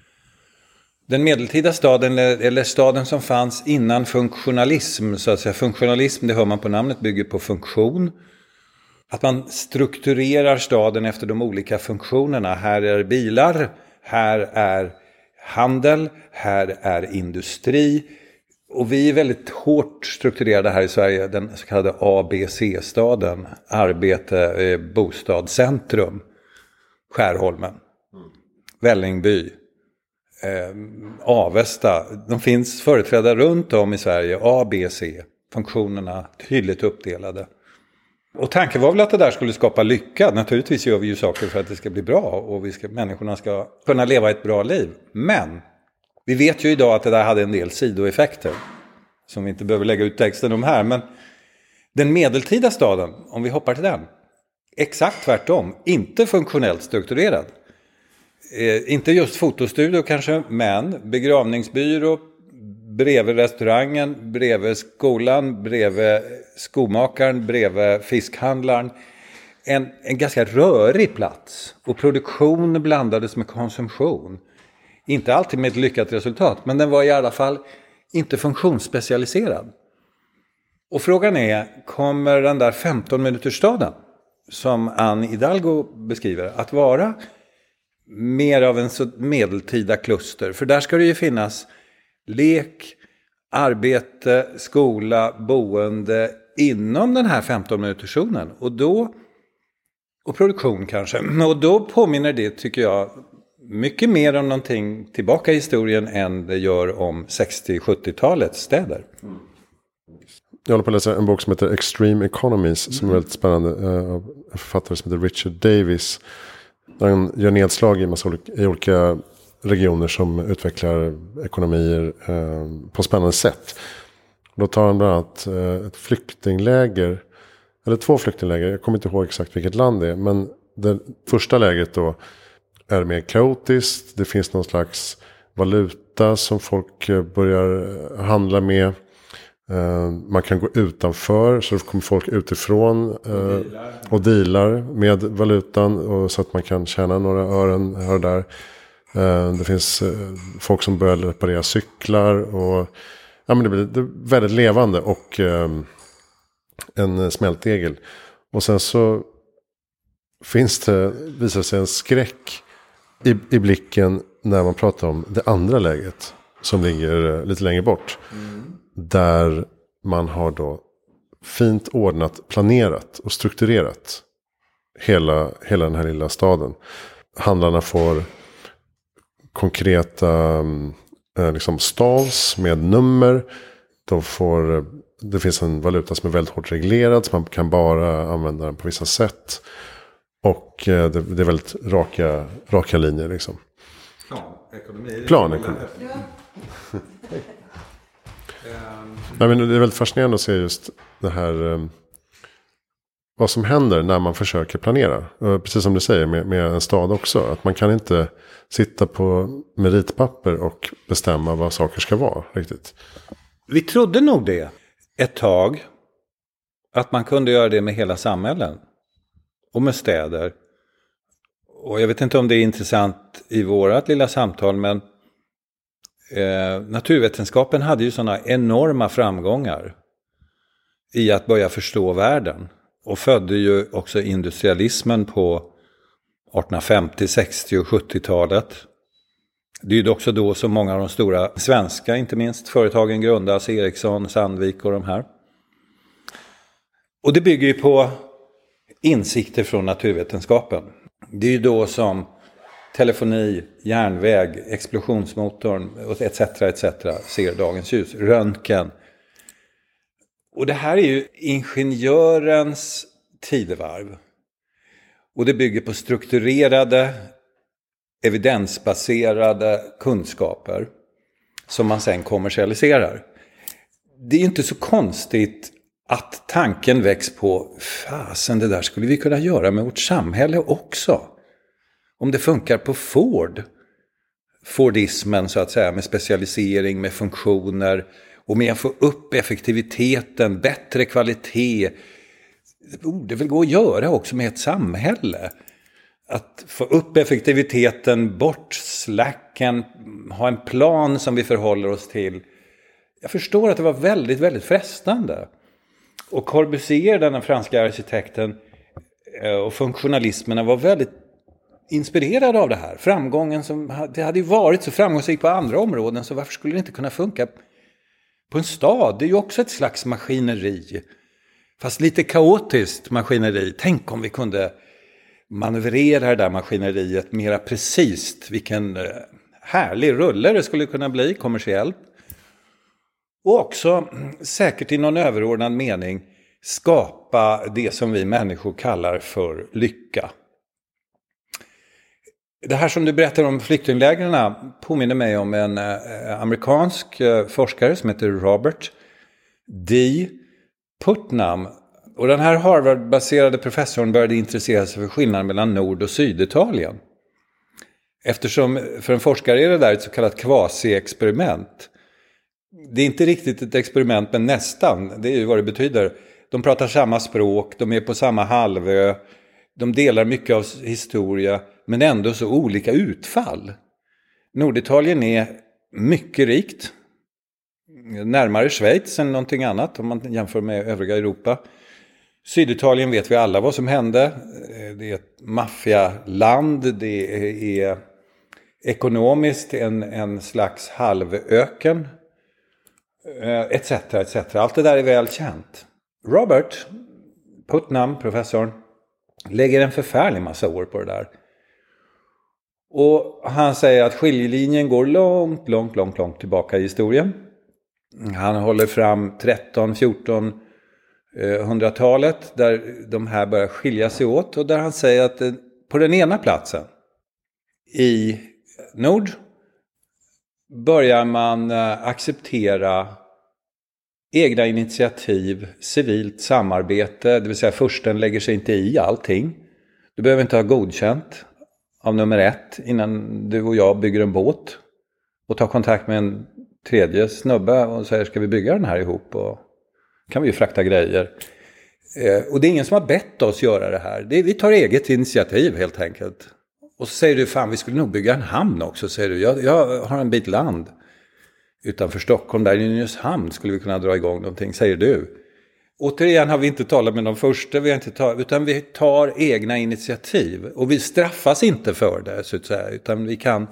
S1: Den medeltida staden, eller staden som fanns innan funktionalism, så att säga. Funktionalism, det hör man på namnet, bygger på funktion. Att man strukturerar staden efter de olika funktionerna. Här är bilar, här är handel, här är industri. Och vi är väldigt hårt strukturerade här i Sverige, den så kallade A B C-staden. Arbete, bostad, centrum, Skärholmen, Vällingby. Eh, Avesta, de finns företrädare runt om i Sverige, A, B, C, funktionerna tydligt uppdelade. Och tanken var väl att det där skulle skapa lycka. Naturligtvis gör vi ju saker för att det ska bli bra och vi ska, människorna ska kunna leva ett bra liv. Men vi vet ju idag att det där hade en del sidoeffekter som vi inte behöver lägga ut texten om här. Men den medeltida staden, om vi hoppar till den, exakt tvärtom, inte funktionellt strukturerad. Eh, inte just fotostudio kanske, men begravningsbyrå bredvid restaurangen, bredvid skolan, bredvid skomakaren, bredvid fiskhandlaren. En, en ganska rörig plats. Och produktion blandades med konsumtion. Inte alltid med ett lyckat resultat, men den var i alla fall inte funktionsspecialiserad. Och frågan är, kommer den där femton minuters staden som Anne Hidalgo beskriver att vara mer av en så medeltida kluster? För där ska det ju finnas lek, arbete, skola, boende inom den här femton minuters zonen. Och då, och produktion kanske. Och då påminner det, tycker jag, mycket mer om någonting tillbaka i historien än det gör om sextio-sjuttiotalets städer. Mm.
S2: Jag håller på att läsa en bok som heter Extreme Economies. Mm. Som är väldigt spännande. Av en författare som heter Richard Davis. Där han gör nedslag i, massa olika, i olika regioner som utvecklar ekonomier eh, på spännande sätt. Då tar han bland annat eh, ett flyktingläger. Eller två flyktingläger. Jag kommer inte ihåg exakt vilket land det är. Men det första lägret då är mer kaotiskt. Det finns någon slags valuta som folk börjar handla med. Uh, man kan gå utanför, så kommer folk utifrån uh, och dealar med valutan, och så att man kan tjäna några ören här och där. Uh, det finns uh, folk som börjar reparera cyklar, och ja, men det blir, det är väldigt levande och uh, en smältdegel. Och sen så finns det, visar sig en skräck i, i blicken när man pratar om det andra läget som ligger uh, lite längre bort. Mm. Där man har då fint ordnat, planerat och strukturerat hela, hela den här lilla staden. Handlarna får konkreta eh, liksom stavs med nummer. De får, det finns en valuta som är väldigt hårt reglerad, så man kan bara använda den på vissa sätt. Och eh, det, det är väldigt raka, raka linjer liksom.
S1: Planekonomi.
S2: Planekonomi. Ja. Nej, men det är väldigt fascinerande att se just det här, eh, vad som händer när man försöker planera. Eh, precis som du säger med, med en stad också. Att man kan inte sitta på meritpapper och bestämma vad saker ska vara riktigt.
S1: Vi trodde nog det ett tag. Att man kunde göra det med hela samhällen. Och med städer. Och jag vet inte om det är intressant i vårat lilla samtal, men Eh, naturvetenskapen hade ju sådana enorma framgångar i att börja förstå världen, och födde ju också industrialismen på artonhundrafemtio, sextio och sjuttiotalet. Det är ju också då som många av de stora svenska, inte minst, företagen grundas, Ericsson, Sandvik och de här. Och det bygger ju på insikter från naturvetenskapen. Det är ju då som telefoni, järnväg, explosionsmotorn et cetera et cetera ser dagens ljus. Röntgen. Och det här är ju ingenjörens tidevarv. Och det bygger på strukturerade, evidensbaserade kunskaper som man sen kommersialiserar. Det är inte så konstigt att tanken väcks på, fasen, det där skulle vi kunna göra med vårt samhälle också. Om det funkar på Ford, Fordismen så att säga, med specialisering, med funktioner och med att få upp effektiviteten, bättre kvalitet. Det borde väl gå att göra också med ett samhälle. Att få upp effektiviteten, bort slacken, ha en plan som vi förhåller oss till. Jag förstår att det var väldigt, väldigt frestande. Och Corbusier, den franska arkitekten, och funktionalismerna var väldigt inspirerad av det här. Framgången som det hade ju varit så framgångsrik på andra områden, så varför skulle det inte kunna funka på en stad? Det är ju också ett slags maskineri. Fast lite kaotiskt maskineri. Tänk om vi kunde manövrera det där maskineriet mera precis. Vilken härlig rulle det skulle kunna bli kommersiellt. Och också säkert i någon överordnad mening skapa det som vi människor kallar för lycka. Det här som du berättar om flyktinglägren påminner mig om en eh, amerikansk eh, forskare som heter Robert D. Putnam. Och den här Harvard-baserade professorn började intressera sig för skillnaden mellan Nord- och Syditalien. Eftersom för en forskare är det där ett så kallat quasi-experiment. Det är inte riktigt ett experiment, men nästan. Det är ju vad det betyder. De pratar samma språk, de är på samma halvö. De delar mycket av historia, men ändå så olika utfall. Norditalien är mycket rikt. Närmare Schweiz än någonting annat om man jämför med övriga Europa. Syditalien vet vi alla vad som hände. Det är ett maffialand. Det är ekonomiskt en, en slags halvöken. Etc, et cetera. Allt det där är väl känt. Robert Putnam, professorn, lägger en förfärlig massa år på det där. Och han säger att skiljelinjen går långt, långt, långt, långt tillbaka i historien. Han håller fram tretton fjorton hundratalet där de här börjar skilja sig åt. Och där han säger att på den ena platsen i nord börjar man acceptera egna initiativ, civilt samarbete, det vill säga försten lägger sig inte i allting. Du behöver inte ha godkänt av nummer ett innan du och jag bygger en båt och tar kontakt med en tredje snubbe och säger ska vi bygga den här ihop och kan vi ju frakta grejer. Eh, och det är ingen som har bett oss göra det här. Det är, vi tar eget initiativ helt enkelt. Och så säger du, fan vi skulle nog bygga en hamn också, säger du. Jag, jag har en bit land utanför Stockholm, där i Nynäshamn skulle vi kunna dra igång någonting, säger du. Återigen har vi inte talat med de första, vi har inte talat, utan vi tar egna initiativ. Och vi straffas inte för det, så att säga, utan vi kan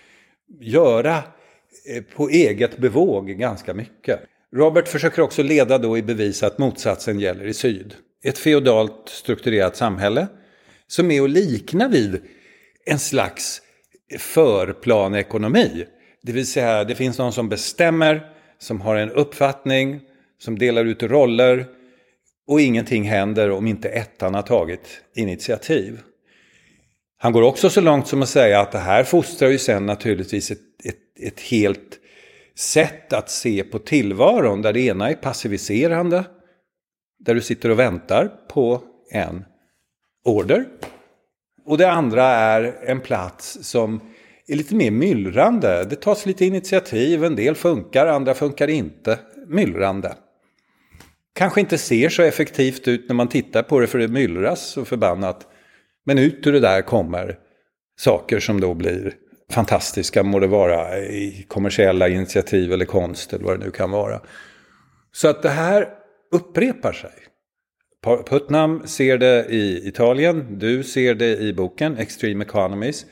S1: göra på eget bevåg ganska mycket. Robert försöker också leda då i bevis att motsatsen gäller i syd. Ett feodalt strukturerat samhälle som är att likna vid en slags förplanekonomi. Det vill säga det finns någon som bestämmer, som har en uppfattning, som delar ut roller och ingenting händer om inte ettan har tagit initiativ. Han går också så långt som att säga att det här fostrar ju sen naturligtvis ett, ett, ett helt sätt att se på tillvaron där det ena är passiviserande, där du sitter och väntar på en order. Och det andra är en plats som är lite mer myllrande. Det tas lite initiativ, en del funkar, andra funkar inte. Myllrande. Kanske inte ser så effektivt ut när man tittar på det för det myllras så förbannat. Men ut ur det där kommer saker som då blir fantastiska, må det vara i kommersiella initiativ eller konst eller vad det nu kan vara. Så att det här upprepar sig. Putnam ser det i Italien, du ser det i boken Extreme Economies.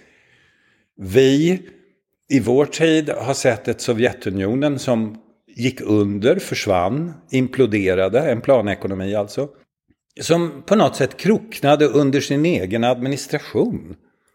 S1: Vi i vår tid har sett ett Sovjetunionen som gick under, försvann, imploderade, en planekonomi alltså. Som på något sätt kroknade under sin egen administration.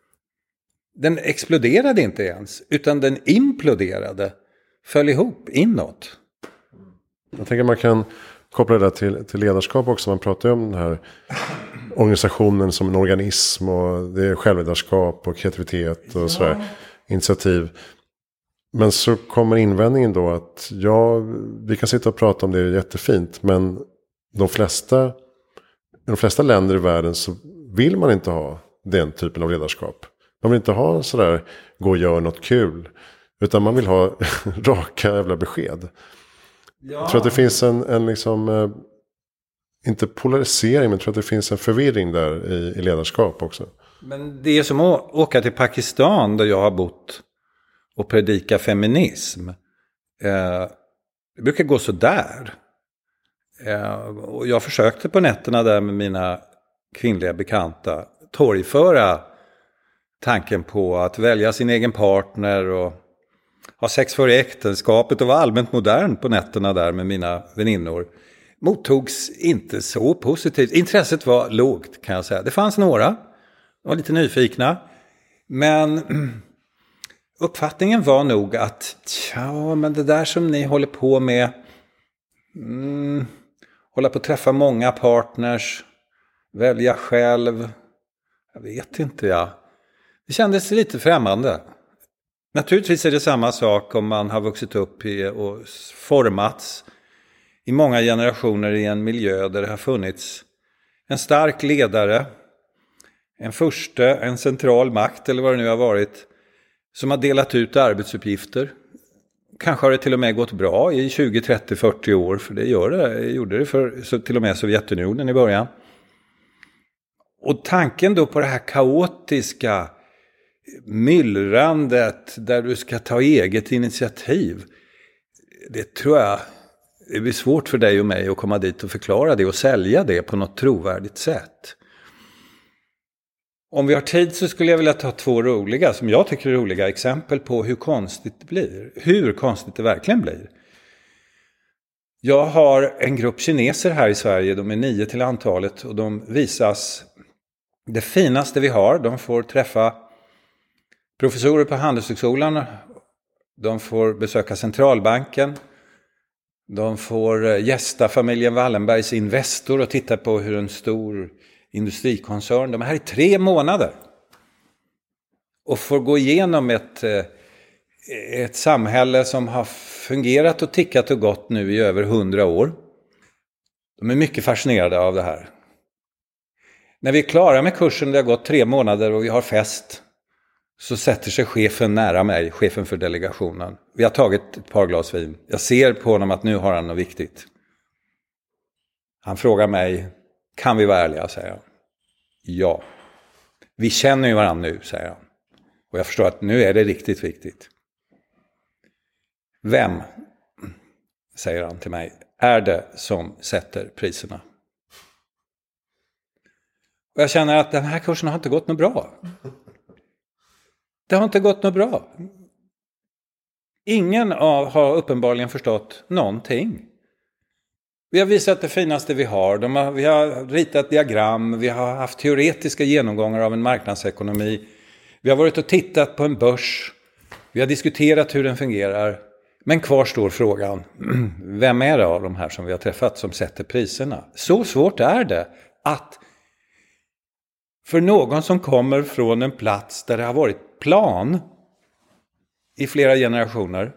S1: Den exploderade inte ens, utan den imploderade, föll ihop inåt.
S2: Jag tänker man kan koppla det till, till ledarskap också. Man pratar ju om den här organisationen som en organism och det är självledarskap och kreativitet och ja. sådär, initiativ. Men så kommer invändningen då att ja, vi kan sitta och prata om det, det är jättefint, men de flesta, i de flesta länder i världen så vill man inte ha den typen av ledarskap. Man vill inte ha sådär, gå och göra något kul, utan man vill ha raka jävla besked. Ja. Jag tror att det finns en, en liksom, eh, inte polarisering, men jag tror att det finns en förvirring där i, i ledarskap också.
S1: Men det är som att åka till Pakistan där jag har bott och predika feminism. Eh, det brukar gå så där. Eh, och jag försökte på nätterna där med mina kvinnliga bekanta torgföra tanken på att välja sin egen partner och ha sex före äktenskapet och vara allmänt modern på nätterna där med mina väninnor. Mottogs inte så positivt. Intresset var lågt kan jag säga. Det fanns några, de var lite nyfikna. Men uppfattningen var nog att ja, men det där som ni håller på med, mm, hålla på att träffa många partners, välja själv, jag vet inte jag. Det kändes lite främmande. Naturligtvis är det samma sak om man har vuxit upp i och formats i många generationer i en miljö där det har funnits en stark ledare, en första, en central makt eller vad det nu har varit, som har delat ut arbetsuppgifter. Kanske har det till och med gått bra i tjugo, trettio, fyrtio år, för det gör det, gjorde det för så till och med Sovjetunionen i början. Och tanken då på det här kaotiska myllrandet där du ska ta eget initiativ, det tror jag det blir svårt för dig och mig att komma dit och förklara det och sälja det på något trovärdigt sätt. Om vi har tid så skulle jag vilja ta två roliga, som jag tycker är roliga exempel på hur konstigt det blir. Hur konstigt det verkligen blir. Jag har en grupp kineser här i Sverige, de är nio till antalet och de visas det finaste vi har. De får träffa professorer på Handelshögskolan, de får besöka centralbanken, De får gästa familjen Wallenbergs Investor och titta på hur en stor industrikoncern, de är här i tre månader. Och får gå igenom ett, ett samhälle som har fungerat och tickat och gått nu i över hundra år. De är mycket fascinerade av det här. När vi är klara med kursen, det har gått tre månader och vi har fest, så sätter sig chefen nära mig, chefen för delegationen. Vi har tagit ett par glas vin. Jag ser på honom att nu har han något viktigt. Han frågar mig, kan vi vara ärliga, säger jag. Ja. Vi känner ju varandra nu, säger han. Och jag förstår att nu är det riktigt viktigt. Vem, säger han till mig, är det som sätter priserna? Och jag känner att den här kursen har inte gått något bra. Det har inte gått något bra. Ingen av har uppenbarligen förstått någonting. Vi har visat det finaste vi har. De har. Vi har ritat diagram. Vi har haft teoretiska genomgångar av en marknadsekonomi. Vi har varit och tittat på en börs. Vi har diskuterat hur den fungerar. Men kvar står frågan. Vem är det av de här som vi har träffat som sätter priserna? Så svårt är det att för någon som kommer från en plats där det har varit plan i flera generationer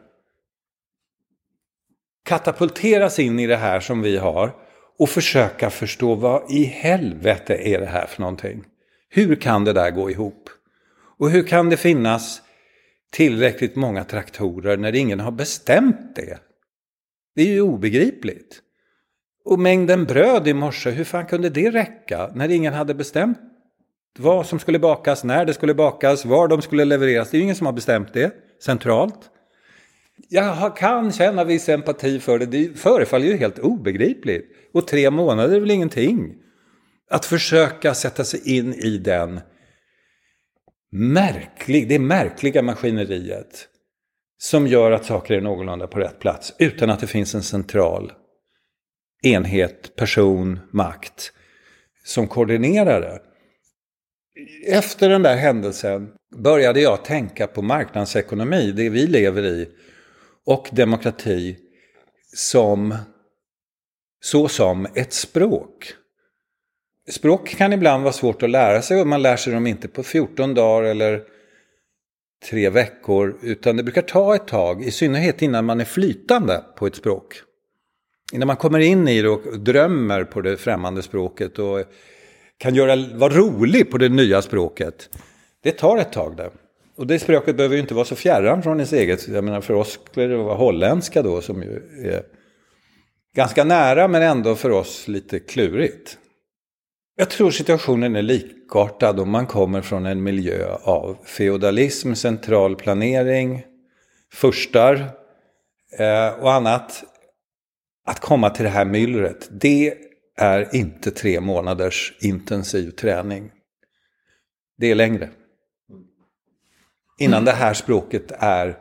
S1: katapulteras in i det här som vi har och försöka förstå vad i helvete är det här för någonting. Hur kan det där gå ihop? Och hur kan det finnas tillräckligt många traktorer när ingen har bestämt det? Det är ju obegripligt. Och mängden bröd i morse, hur fan kunde det räcka när ingen hade bestämt vad som skulle bakas, när det skulle bakas, var de skulle levereras? Det är ju ingen som har bestämt det centralt. Jag kan känna viss empati för det. Det förefaller ju helt obegripligt. Och tre månader är väl ingenting. Att försöka sätta sig in i den märklig, det märkliga maskineriet som gör att saker är någorlunda på rätt plats utan att det finns en central enhet, person, makt som koordinerar det. Efter den där händelsen började jag tänka på marknadsekonomi, det vi lever i, och demokrati som så som ett språk. Språk kan ibland vara svårt att lära sig och man lär sig dem inte på fjorton dagar eller tre veckor, utan det brukar ta ett tag, i synnerhet innan man är flytande på ett språk. Innan man kommer in i det och drömmer på det främmande språket och kan göra, vara rolig på det nya språket. Det tar ett tag där. Och det språket behöver ju inte vara så fjärran från ens eget. Jag menar, för oss skulle det vara holländska då, som ju är ganska nära men ändå för oss lite klurigt. Jag tror situationen är likartad om man kommer från en miljö av feodalism, central planering, furstar eh, och annat. Att komma till det här myllret, det är inte tre månaders intensiv träning. Det är längre. Innan det här språket är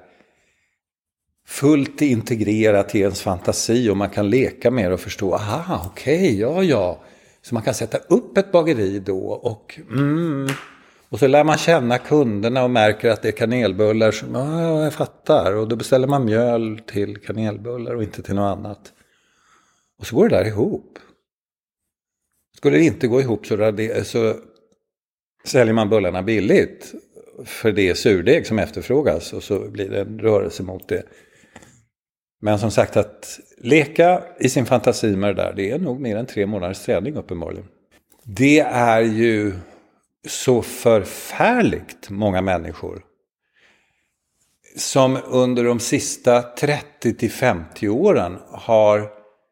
S1: fullt integrerat i ens fantasi och man kan leka med det och förstå, aha, okej, okay, ja, ja. Så man kan sätta upp ett bageri då och mm, och så lär man känna kunderna och märker att det är kanelbullar som, ja, jag fattar. Och då beställer man mjöl till kanelbullar och inte till något annat. Och så går det där ihop. Skulle det inte gå ihop så, rade, så säljer man bullarna billigt. För det är surdeg som efterfrågas och så blir det en rörelse mot det. Men som sagt, att leka i sin fantasi med det där, det är nog mer än tre månaders träning uppenbarligen. Det är ju så förfärligt många människor som under de sista trettio till femtio åren har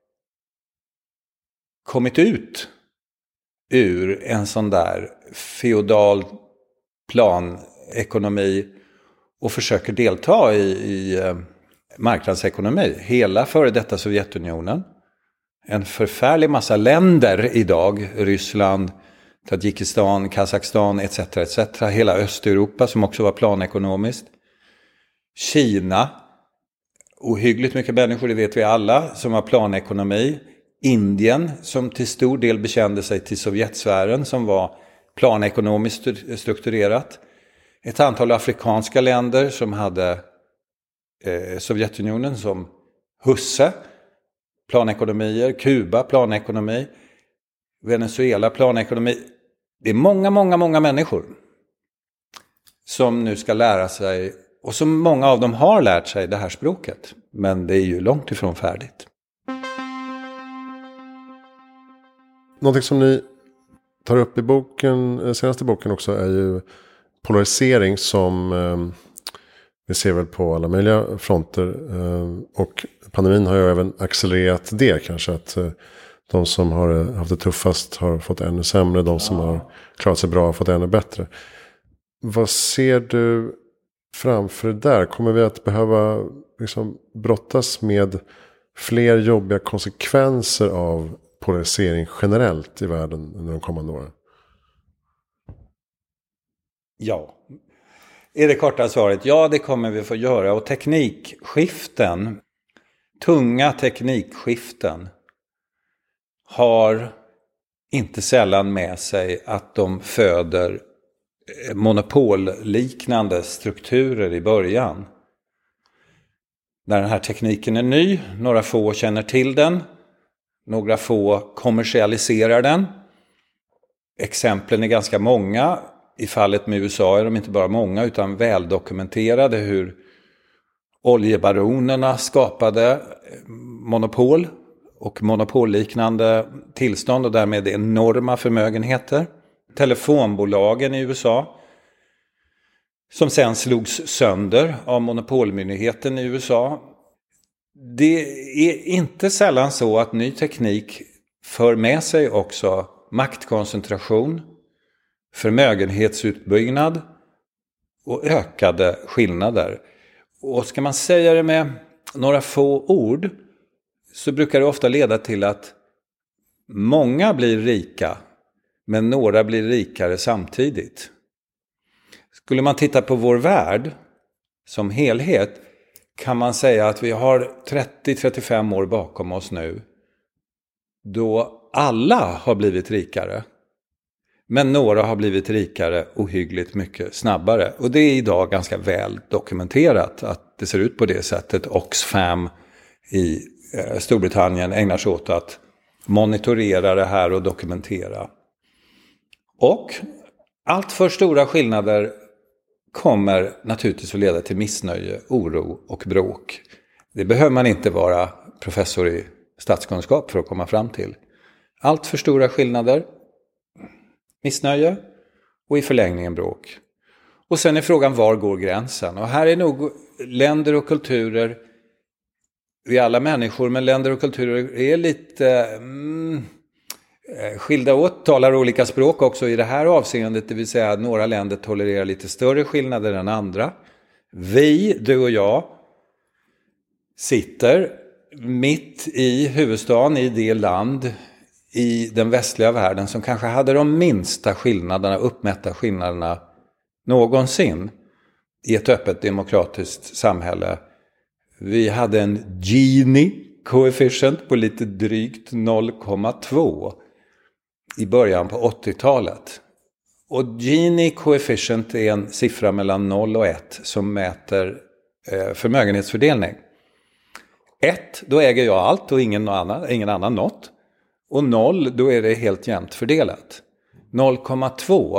S1: kommit ut ur en sån där feodal planekonomi och försöker delta i, i marknadsekonomi. Hela före detta Sovjetunionen. En förfärlig massa länder idag. Ryssland, Tadzjikistan, Kazakstan et cetera et cetera. Hela Östeuropa som också var planekonomiskt. Kina. Ohyggligt mycket människor, det vet vi alla, som har planekonomi. Indien som till stor del bekände sig till Sovjetsfären som var planekonomiskt strukturerat. Ett antal afrikanska länder som hade eh, Sovjetunionen som husse planekonomier, Kuba planekonomi, Venezuela planekonomi. Det är många, många, många människor som nu ska lära sig, och som många av dem har lärt sig det här språket. Men det är ju långt ifrån färdigt.
S2: Någonting som ni tar upp i boken, senaste boken också, är ju polarisering som eh, vi ser väl på alla möjliga fronter. Eh, och pandemin har ju även accelererat det kanske, att eh, de som har haft det tuffast har fått ännu sämre, de som har klarat sig bra har fått ännu bättre. Vad ser du framför där? Kommer vi att behöva liksom brottas med fler jobbiga konsekvenser av polarisering generellt i världen under de kommande åren?
S1: Ja, är det korta svaret. Ja, det kommer vi få göra. Och teknikskiften, tunga teknikskiften, har inte sällan med sig att de föder monopolliknande strukturer i början. När den här tekniken är ny, några få känner till den, några få kommersialiserar den. Exemplen är ganska många. I fallet med U S A är de inte bara många utan väldokumenterade, hur oljebaronerna skapade monopol och monopolliknande tillstånd och därmed enorma förmögenheter. Telefonbolagen i U S A som sen slogs sönder av monopolmyndigheten i U S A. Det är inte sällan så att ny teknik för med sig också maktkoncentration, förmögenhetsutbyggnad och ökade skillnader. Och ska man säga det med några få ord så brukar det ofta leda till att många blir rika men några blir rikare samtidigt. Skulle man titta på vår värld som helhet kan man säga att vi har trettio till trettiofem år bakom oss nu då alla har blivit rikare. Men några har blivit rikare ohyggligt mycket snabbare. Och det är idag ganska väl dokumenterat att det ser ut på det sättet. Oxfam i Storbritannien ägnar sig åt att monitorera det här och dokumentera. Och allt för stora skillnader kommer naturligtvis att leda till missnöje, oro och bråk. Det behöver man inte vara professor i statskunskap för att komma fram till. Allt för stora skillnader, missnöje och i förlängningen bråk. Och sen är frågan, var går gränsen? Och här är nog länder och kulturer, vi alla människor, men länder och kulturer är lite mm, skilda åt, talar olika språk också i det här avseendet. Det vill säga att några länder tolererar lite större skillnader än andra. Vi, du och jag, sitter mitt i huvudstaden i det land i den västliga världen som kanske hade de minsta skillnaderna, uppmätta skillnaderna någonsin i ett öppet demokratiskt samhälle. Vi hade en Gini-koefficient på lite drygt noll komma två i början på åttiotalet. Och Gini-koefficient är en siffra mellan noll och ett som mäter eh, förmögenhetsfördelning. ett, då äger jag allt och ingen annan, ingen annan något. Och noll, då är det helt jämnt fördelat. noll komma två,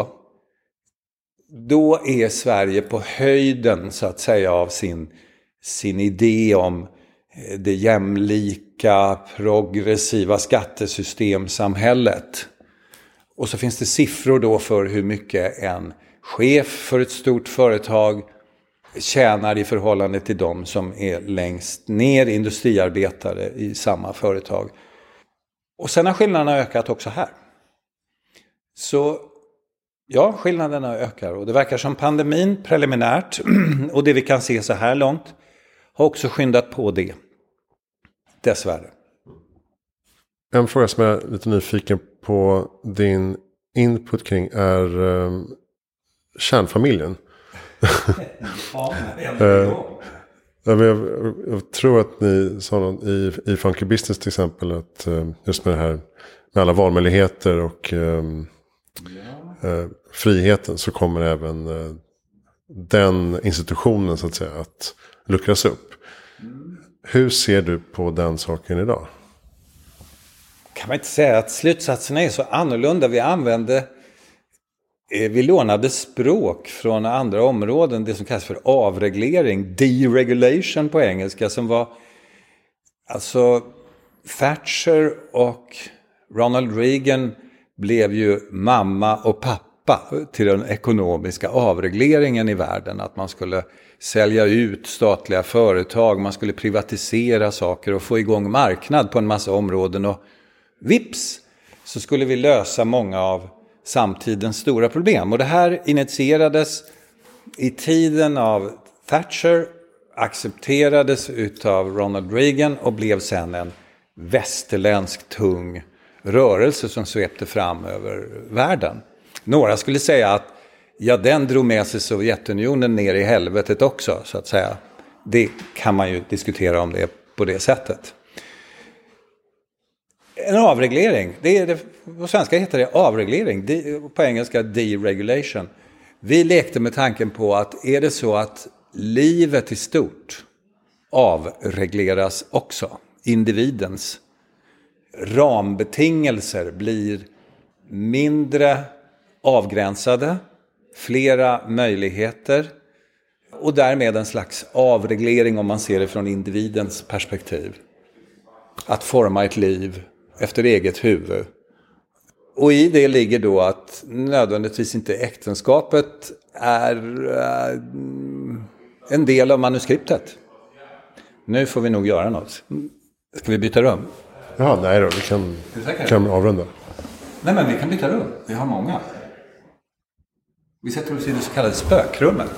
S1: då är Sverige på höjden så att säga av sin, sin idé om det jämlika, progressiva skattesystemsamhället. Och så finns det siffror då för hur mycket en chef för ett stort företag tjänar i förhållande till de som är längst ner, industriarbetare i samma företag. Och sen har skillnaderna ökat också här. Så ja, skillnaderna ökar. Och det verkar som pandemin preliminärt, och det vi kan se så här långt, har också skyndat på det. Dessvärre.
S2: En fråga som jag är lite nyfiken på din input kring är um, kärnfamiljen.
S1: Ja, jag,
S2: jag, jag, jag tror att ni sa något i, i Funky Business till exempel, att uh, just med det här med alla valmöjligheter och um, ja. uh, friheten, så kommer även uh, den institutionen så att säga att luckras upp. Mm. Hur ser du på den saken idag?
S1: kan man inte säga att slutsatserna är så annorlunda. Vi använde, vi lånade språk från andra områden, det som kallas för avreglering, deregulation på engelska, som var alltså Thatcher och Ronald Reagan blev ju mamma och pappa till den ekonomiska avregleringen i världen. Att man skulle sälja ut statliga företag, man skulle privatisera saker och få igång marknad på en massa områden. Och vips så skulle vi lösa många av samtidens stora problem. Och det här initierades i tiden av Thatcher, accepterades utav Ronald Reagan och blev sedan en västerländsk tung rörelse som svepte fram över världen. Några skulle säga att ja, den drog med sig Sovjetunionen ner i helvetet också, så att säga. Det kan man ju diskutera om det är på det sättet. En avreglering, det är det, på svenska heter det avreglering, det, på engelska deregulation. Vi lekte med tanken på att är det så att livet i stort avregleras också, individens rambetingelser blir mindre avgränsade, flera möjligheter och därmed en slags avreglering om man ser det från individens perspektiv. Att forma ett liv efter eget huvud. Och i det ligger då att nödvändigtvis inte äktenskapet är en del av manuskriptet. Nu får vi nog göra något. Ska vi byta rum?
S2: Ja, nej då, vi kan, kan avrunda.
S1: Nej, men vi kan byta rum. Vi har många. Vi sätter oss i det så kallade spökrummet.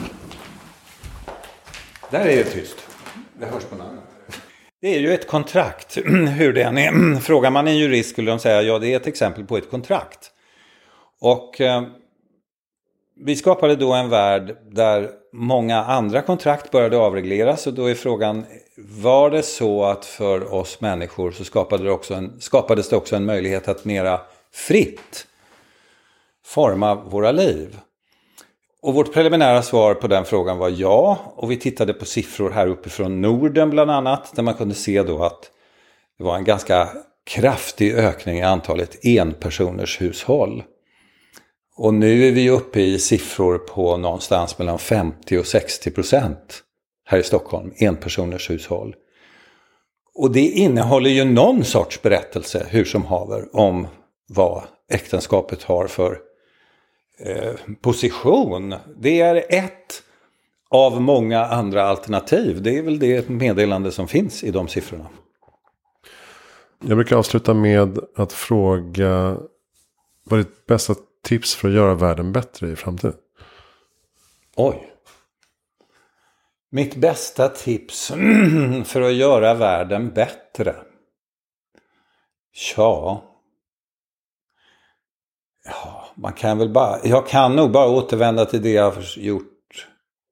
S1: Där är det tyst. Det hörs på namnet. Det är ju ett kontrakt. Hur det än är. Frågar man en jurist skulle de säga ja, det är ett exempel på ett kontrakt. Och eh, vi skapade då en värld där många andra kontrakt började avregleras. Och då är frågan, var det så att för oss människor så skapade det också en, skapades det också en möjlighet att mera fritt forma våra liv? Och vårt preliminära svar på den frågan var ja. Och vi tittade på siffror här uppifrån Norden bland annat. Där man kunde se då att det var en ganska kraftig ökning i antalet enpersoners hushåll. Och nu är vi uppe i siffror på någonstans mellan femtio och sextio procent här i Stockholm. Enpersoners hushåll. Och det innehåller ju någon sorts berättelse hur som haver om vad äktenskapet har för eh, position. Det är ett av många andra alternativ. Det är väl det meddelande som finns i de siffrorna.
S2: Jag brukar avsluta med att fråga vad är ditt bästa tips för att göra världen bättre i framtiden?
S1: Oj. Mitt bästa tips för att göra världen bättre? Ja. Ja, man kan väl bara... Jag kan nog bara återvända till det jag har gjort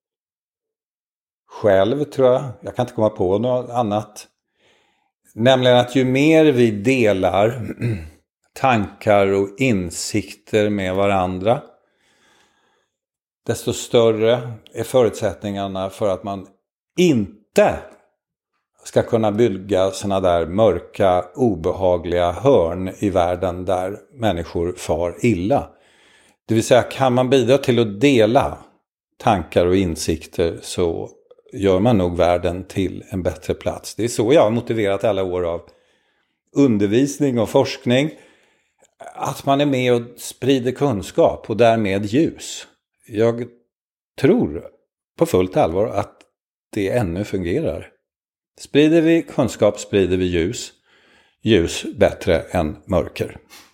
S1: själv, tror jag. Jag kan inte komma på något annat. Nämligen att ju mer vi delar tankar och insikter med varandra, desto större är förutsättningarna för att man inte ska kunna bygga såna där mörka, obehagliga hörn i världen där människor far illa. Det vill säga, kan man bidra till att dela tankar och insikter så gör man nog världen till en bättre plats. Det är så jag har motiverat alla år av undervisning och forskning. Att man är med och sprider kunskap och därmed ljus. Jag tror på fullt allvar att det ännu fungerar. Sprider vi kunskap, sprider vi ljus. Ljus bättre än mörker.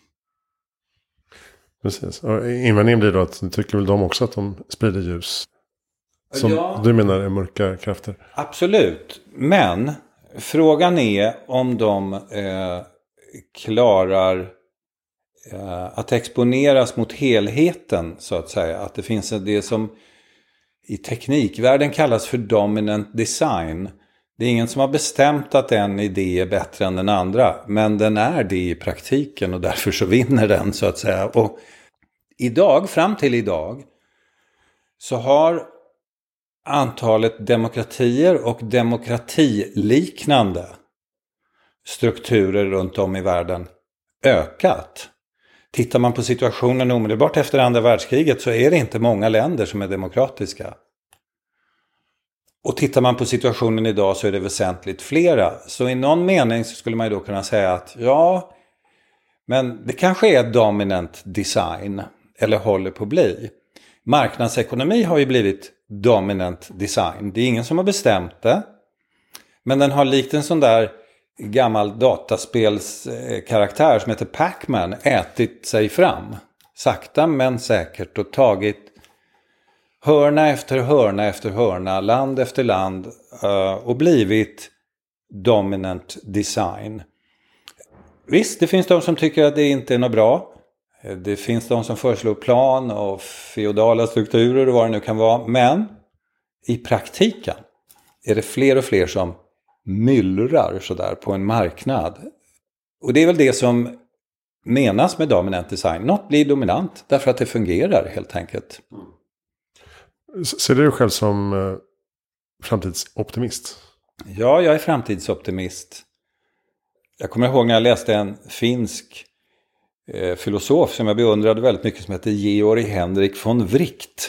S2: Precis. Och invändningen blir då att du tycker väl de också att de sprider ljus? Som ja, du menar är mörka krafter?
S1: Absolut. Men frågan är om de eh, klarar eh, att exponeras mot helheten, så att säga. Att det finns det som i teknikvärlden kallas för dominant design. Det är ingen som har bestämt att en idé är bättre än den andra. Men den är det i praktiken och därför så vinner den, så att säga. Och idag, fram till idag, så har antalet demokratier och demokratiliknande strukturer runt om i världen ökat. Tittar man på situationen omedelbart efter andra världskriget så är det inte många länder som är demokratiska. Och tittar man på situationen idag så är det väsentligt flera. Så i någon mening så skulle man ju då kunna säga att ja, men det kanske är dominant design eller håller på att bli. Marknadsekonomi har ju blivit dominant design. Det är ingen som har bestämt det. Men den har likt en sån där gammal dataspelskaraktär som heter Pac-Man ätit sig fram. Sakta men säkert och tagit hörna efter hörna efter hörna, land efter land och blivit dominant design. Visst, det finns de som tycker att det inte är något bra. Det finns de som föreslår plan och feodala strukturer och vad det nu kan vara. Men i praktiken är det fler och fler som myllrar sådär på en marknad. Och det är väl det som menas med dominant design. Något blir dominant därför att det fungerar helt enkelt.
S2: Ser du dig själv som eh, framtidsoptimist?
S1: Ja, jag är framtidsoptimist. Jag kommer ihåg när jag läste en finsk eh, filosof som jag beundrade väldigt mycket som heter Georg Henrik von Wright.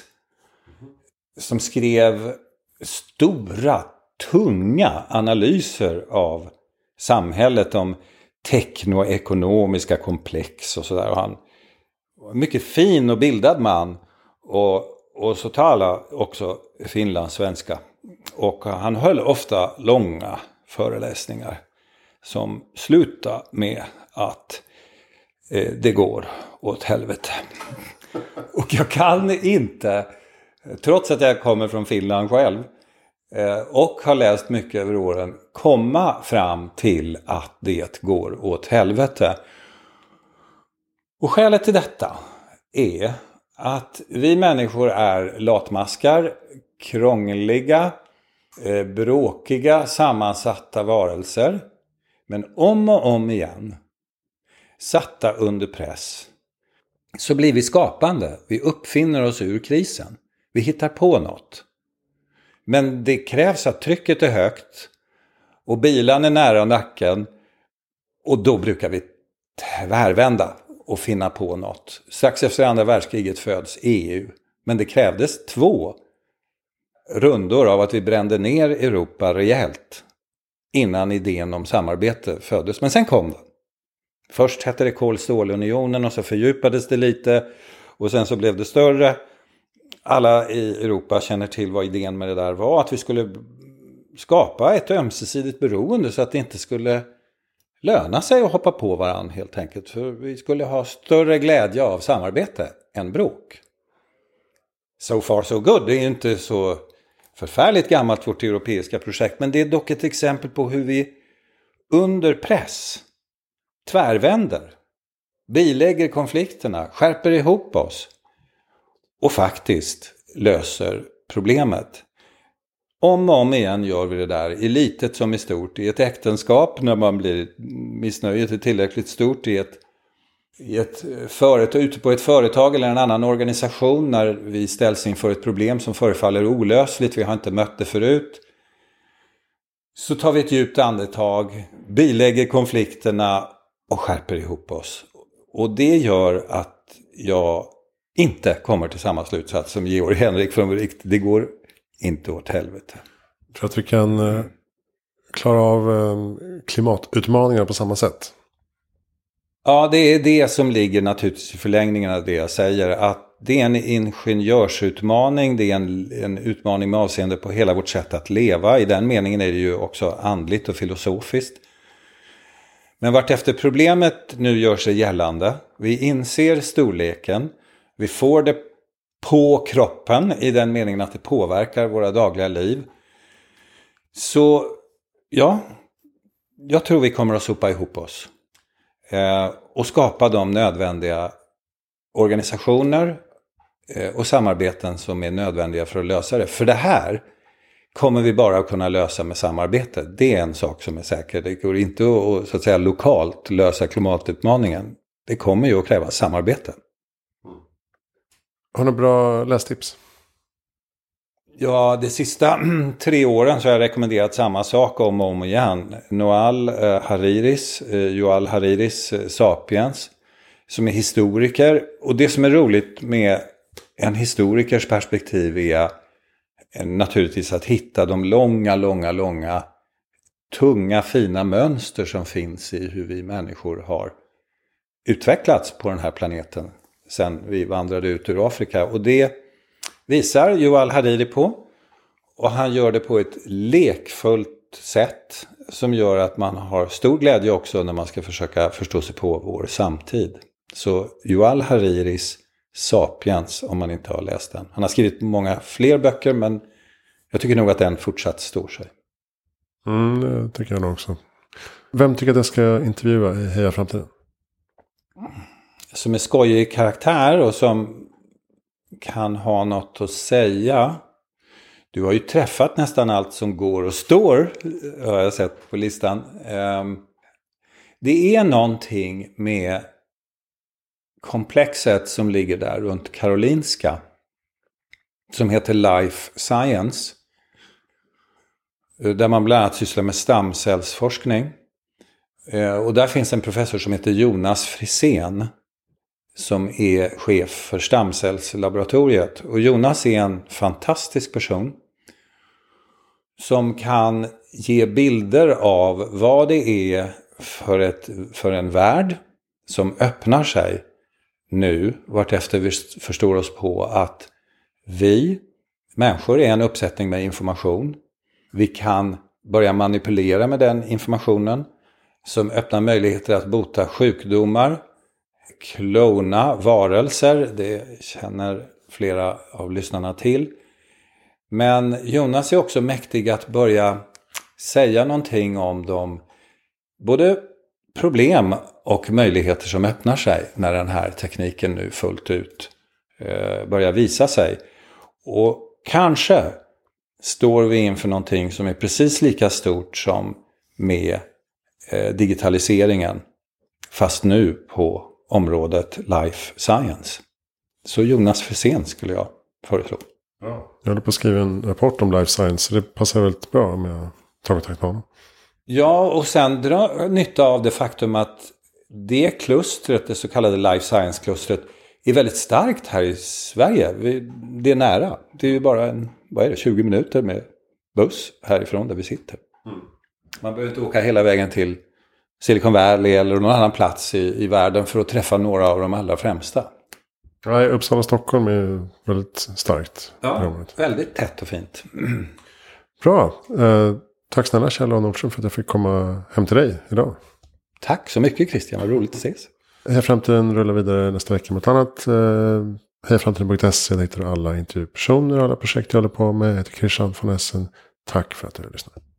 S1: Som skrev stora, tunga analyser av samhället om teknoekonomiska komplex och sådär. Och han var en mycket fin och bildad man och, och så talar också finlandssvenska. Och han höll ofta långa föreläsningar som slutar med att eh, det går åt helvete. Och jag kan inte, trots att jag kommer från Finland själv eh, och har läst mycket över åren, komma fram till att det går åt helvete. Och skälet till detta är att vi människor är latmaskar, krångliga, eh, bråkiga, sammansatta varelser. Men om och om igen, satta under press, så blir vi skapande. Vi uppfinner oss ur krisen. Vi hittar på något. Men det krävs att trycket är högt och bilan är nära nacken. Och då brukar vi tvärvända och finna på något. Strax efter andra världskriget föds E U. Men det krävdes två rundor av att vi brände ner Europa rejält innan idén om samarbete föddes. Men sen kom den. Först hette det kol-stålunionen och så fördjupades det lite. Och sen så blev det större. Alla i Europa känner till vad idén med det där var. Att vi skulle skapa ett ömsesidigt beroende så att det inte skulle löna sig att hoppa på varandra helt enkelt. För vi skulle ha större glädje av samarbete än bråk. So far so good. Det är ju inte så förfärligt gammalt vårt europeiska projekt. Men det är dock ett exempel på hur vi under press tvärvänder, bilägger konflikterna, skärper ihop oss och faktiskt löser problemet. Om och om igen gör vi det där, i litet som i stort, i ett äktenskap när man blir missnöjet är tillräckligt stort, i ett, i ett företag, ute på ett företag eller en annan organisation när vi ställs inför ett problem som förefaller olösligt, vi har inte mött det förut. Så tar vi ett djupt andetag, bilägger konflikterna och skärper ihop oss. Och det gör att jag inte kommer till samma slutsats som Georg Henrik von Wright. Det går inte åt helvete.
S2: För att vi kan eh, klara av eh, klimatutmaningar på samma sätt?
S1: Ja, det är det som ligger naturligtvis i förlängningen av det jag säger. Att det är en ingenjörsutmaning, det är en, en utmaning med avseende på hela vårt sätt att leva. I den meningen är det ju också andligt och filosofiskt. Men vart efter problemet nu gör sig gällande, vi inser storleken, vi får det på kroppen i den meningen att det påverkar våra dagliga liv. Så ja, jag tror vi kommer att sopa ihop oss eh, och skapa de nödvändiga organisationer eh, och samarbeten som är nödvändiga för att lösa det. För det här kommer vi bara att kunna lösa med samarbete. Det är en sak som är säker. Det går inte att, så att säga, lokalt lösa klimatutmaningen. Det kommer ju att kräva samarbete.
S2: Har du några bra lästips?
S1: Ja, de sista tre åren så har jag rekommenderat samma sak om och om igen. Noal eh, Hariris, eh, Yuval Hariris eh, Sapiens, som är historiker. Och det som är roligt med en historikers perspektiv är eh, naturligtvis att hitta de långa, långa, långa, tunga, fina mönster som finns i hur vi människor har utvecklats på den här planeten sen vi vandrade ut ur Afrika. Och det visar Yuval Hariri på. Och han gör det på ett lekfullt sätt som gör att man har stor glädje också när man ska försöka förstå sig på vår samtid. Så Yuval Hariris Sapiens, om man inte har läst den. Han har skrivit många fler böcker, men jag tycker nog att den fortsatt står sig.
S2: Mm, det tycker jag nog också. Vem tycker att jag ska intervjua i Heja Framtiden?
S1: Som är skojig karaktär och som kan ha något att säga. Du har ju träffat nästan allt som går och står, har jag sett på listan. Det är någonting med komplexet som ligger där runt Karolinska, som heter Life Science, där man bland annat sysslar med stamcellsforskning. Och där finns en professor som heter Jonas Frisén, som är chef för stamcellslaboratoriet. Och Jonas är en fantastisk person som kan ge bilder av vad det är för, ett, för en värld som öppnar sig nu, vartefter vi förstår oss på att vi människor är en uppsättning med information. Vi kan börja manipulera med den informationen som öppnar möjligheter att bota sjukdomar, klona varelser, det känner flera av lyssnarna till. Men Jonas är också mäktig att börja säga någonting om de både problem och möjligheter som öppnar sig när den här tekniken nu fullt ut eh, börjar visa sig. Och kanske står vi inför någonting som är precis lika stort som med eh, digitaliseringen, fast nu på området Life Science. Så Jonas Frisén skulle jag föreslå.
S2: Ja. Jag håller på att skriva en rapport om Life Science, så det passar väldigt bra om jag tar kontakt med honom.
S1: Ja, och sen dra nytta av det faktum att det klustret, det så kallade Life Science-klustret, är väldigt starkt här i Sverige. Det är nära. Det är ju bara en, vad är det, tjugo minuter med buss härifrån där vi sitter. Mm. Man behöver inte åka hela vägen till Silicon Valley eller någon annan plats i, i världen för att träffa några av de allra främsta.
S2: Ja, Uppsala Stockholm är väldigt starkt.
S1: Ja, väldigt tätt och fint. Mm.
S2: Bra. Eh, tack snälla Kjell A. Nordström för att jag fick komma hem till dig idag.
S1: Tack så mycket Christian, vad roligt att ses.
S2: Heja Framtiden rullar vidare nästa vecka med ett annat. Eh, Heja Framtiden punkt se, där hittar du alla intervjupersoner och alla projekt jag håller på med. Jag heter Christian von Essen. Tack för att du har lyssnat.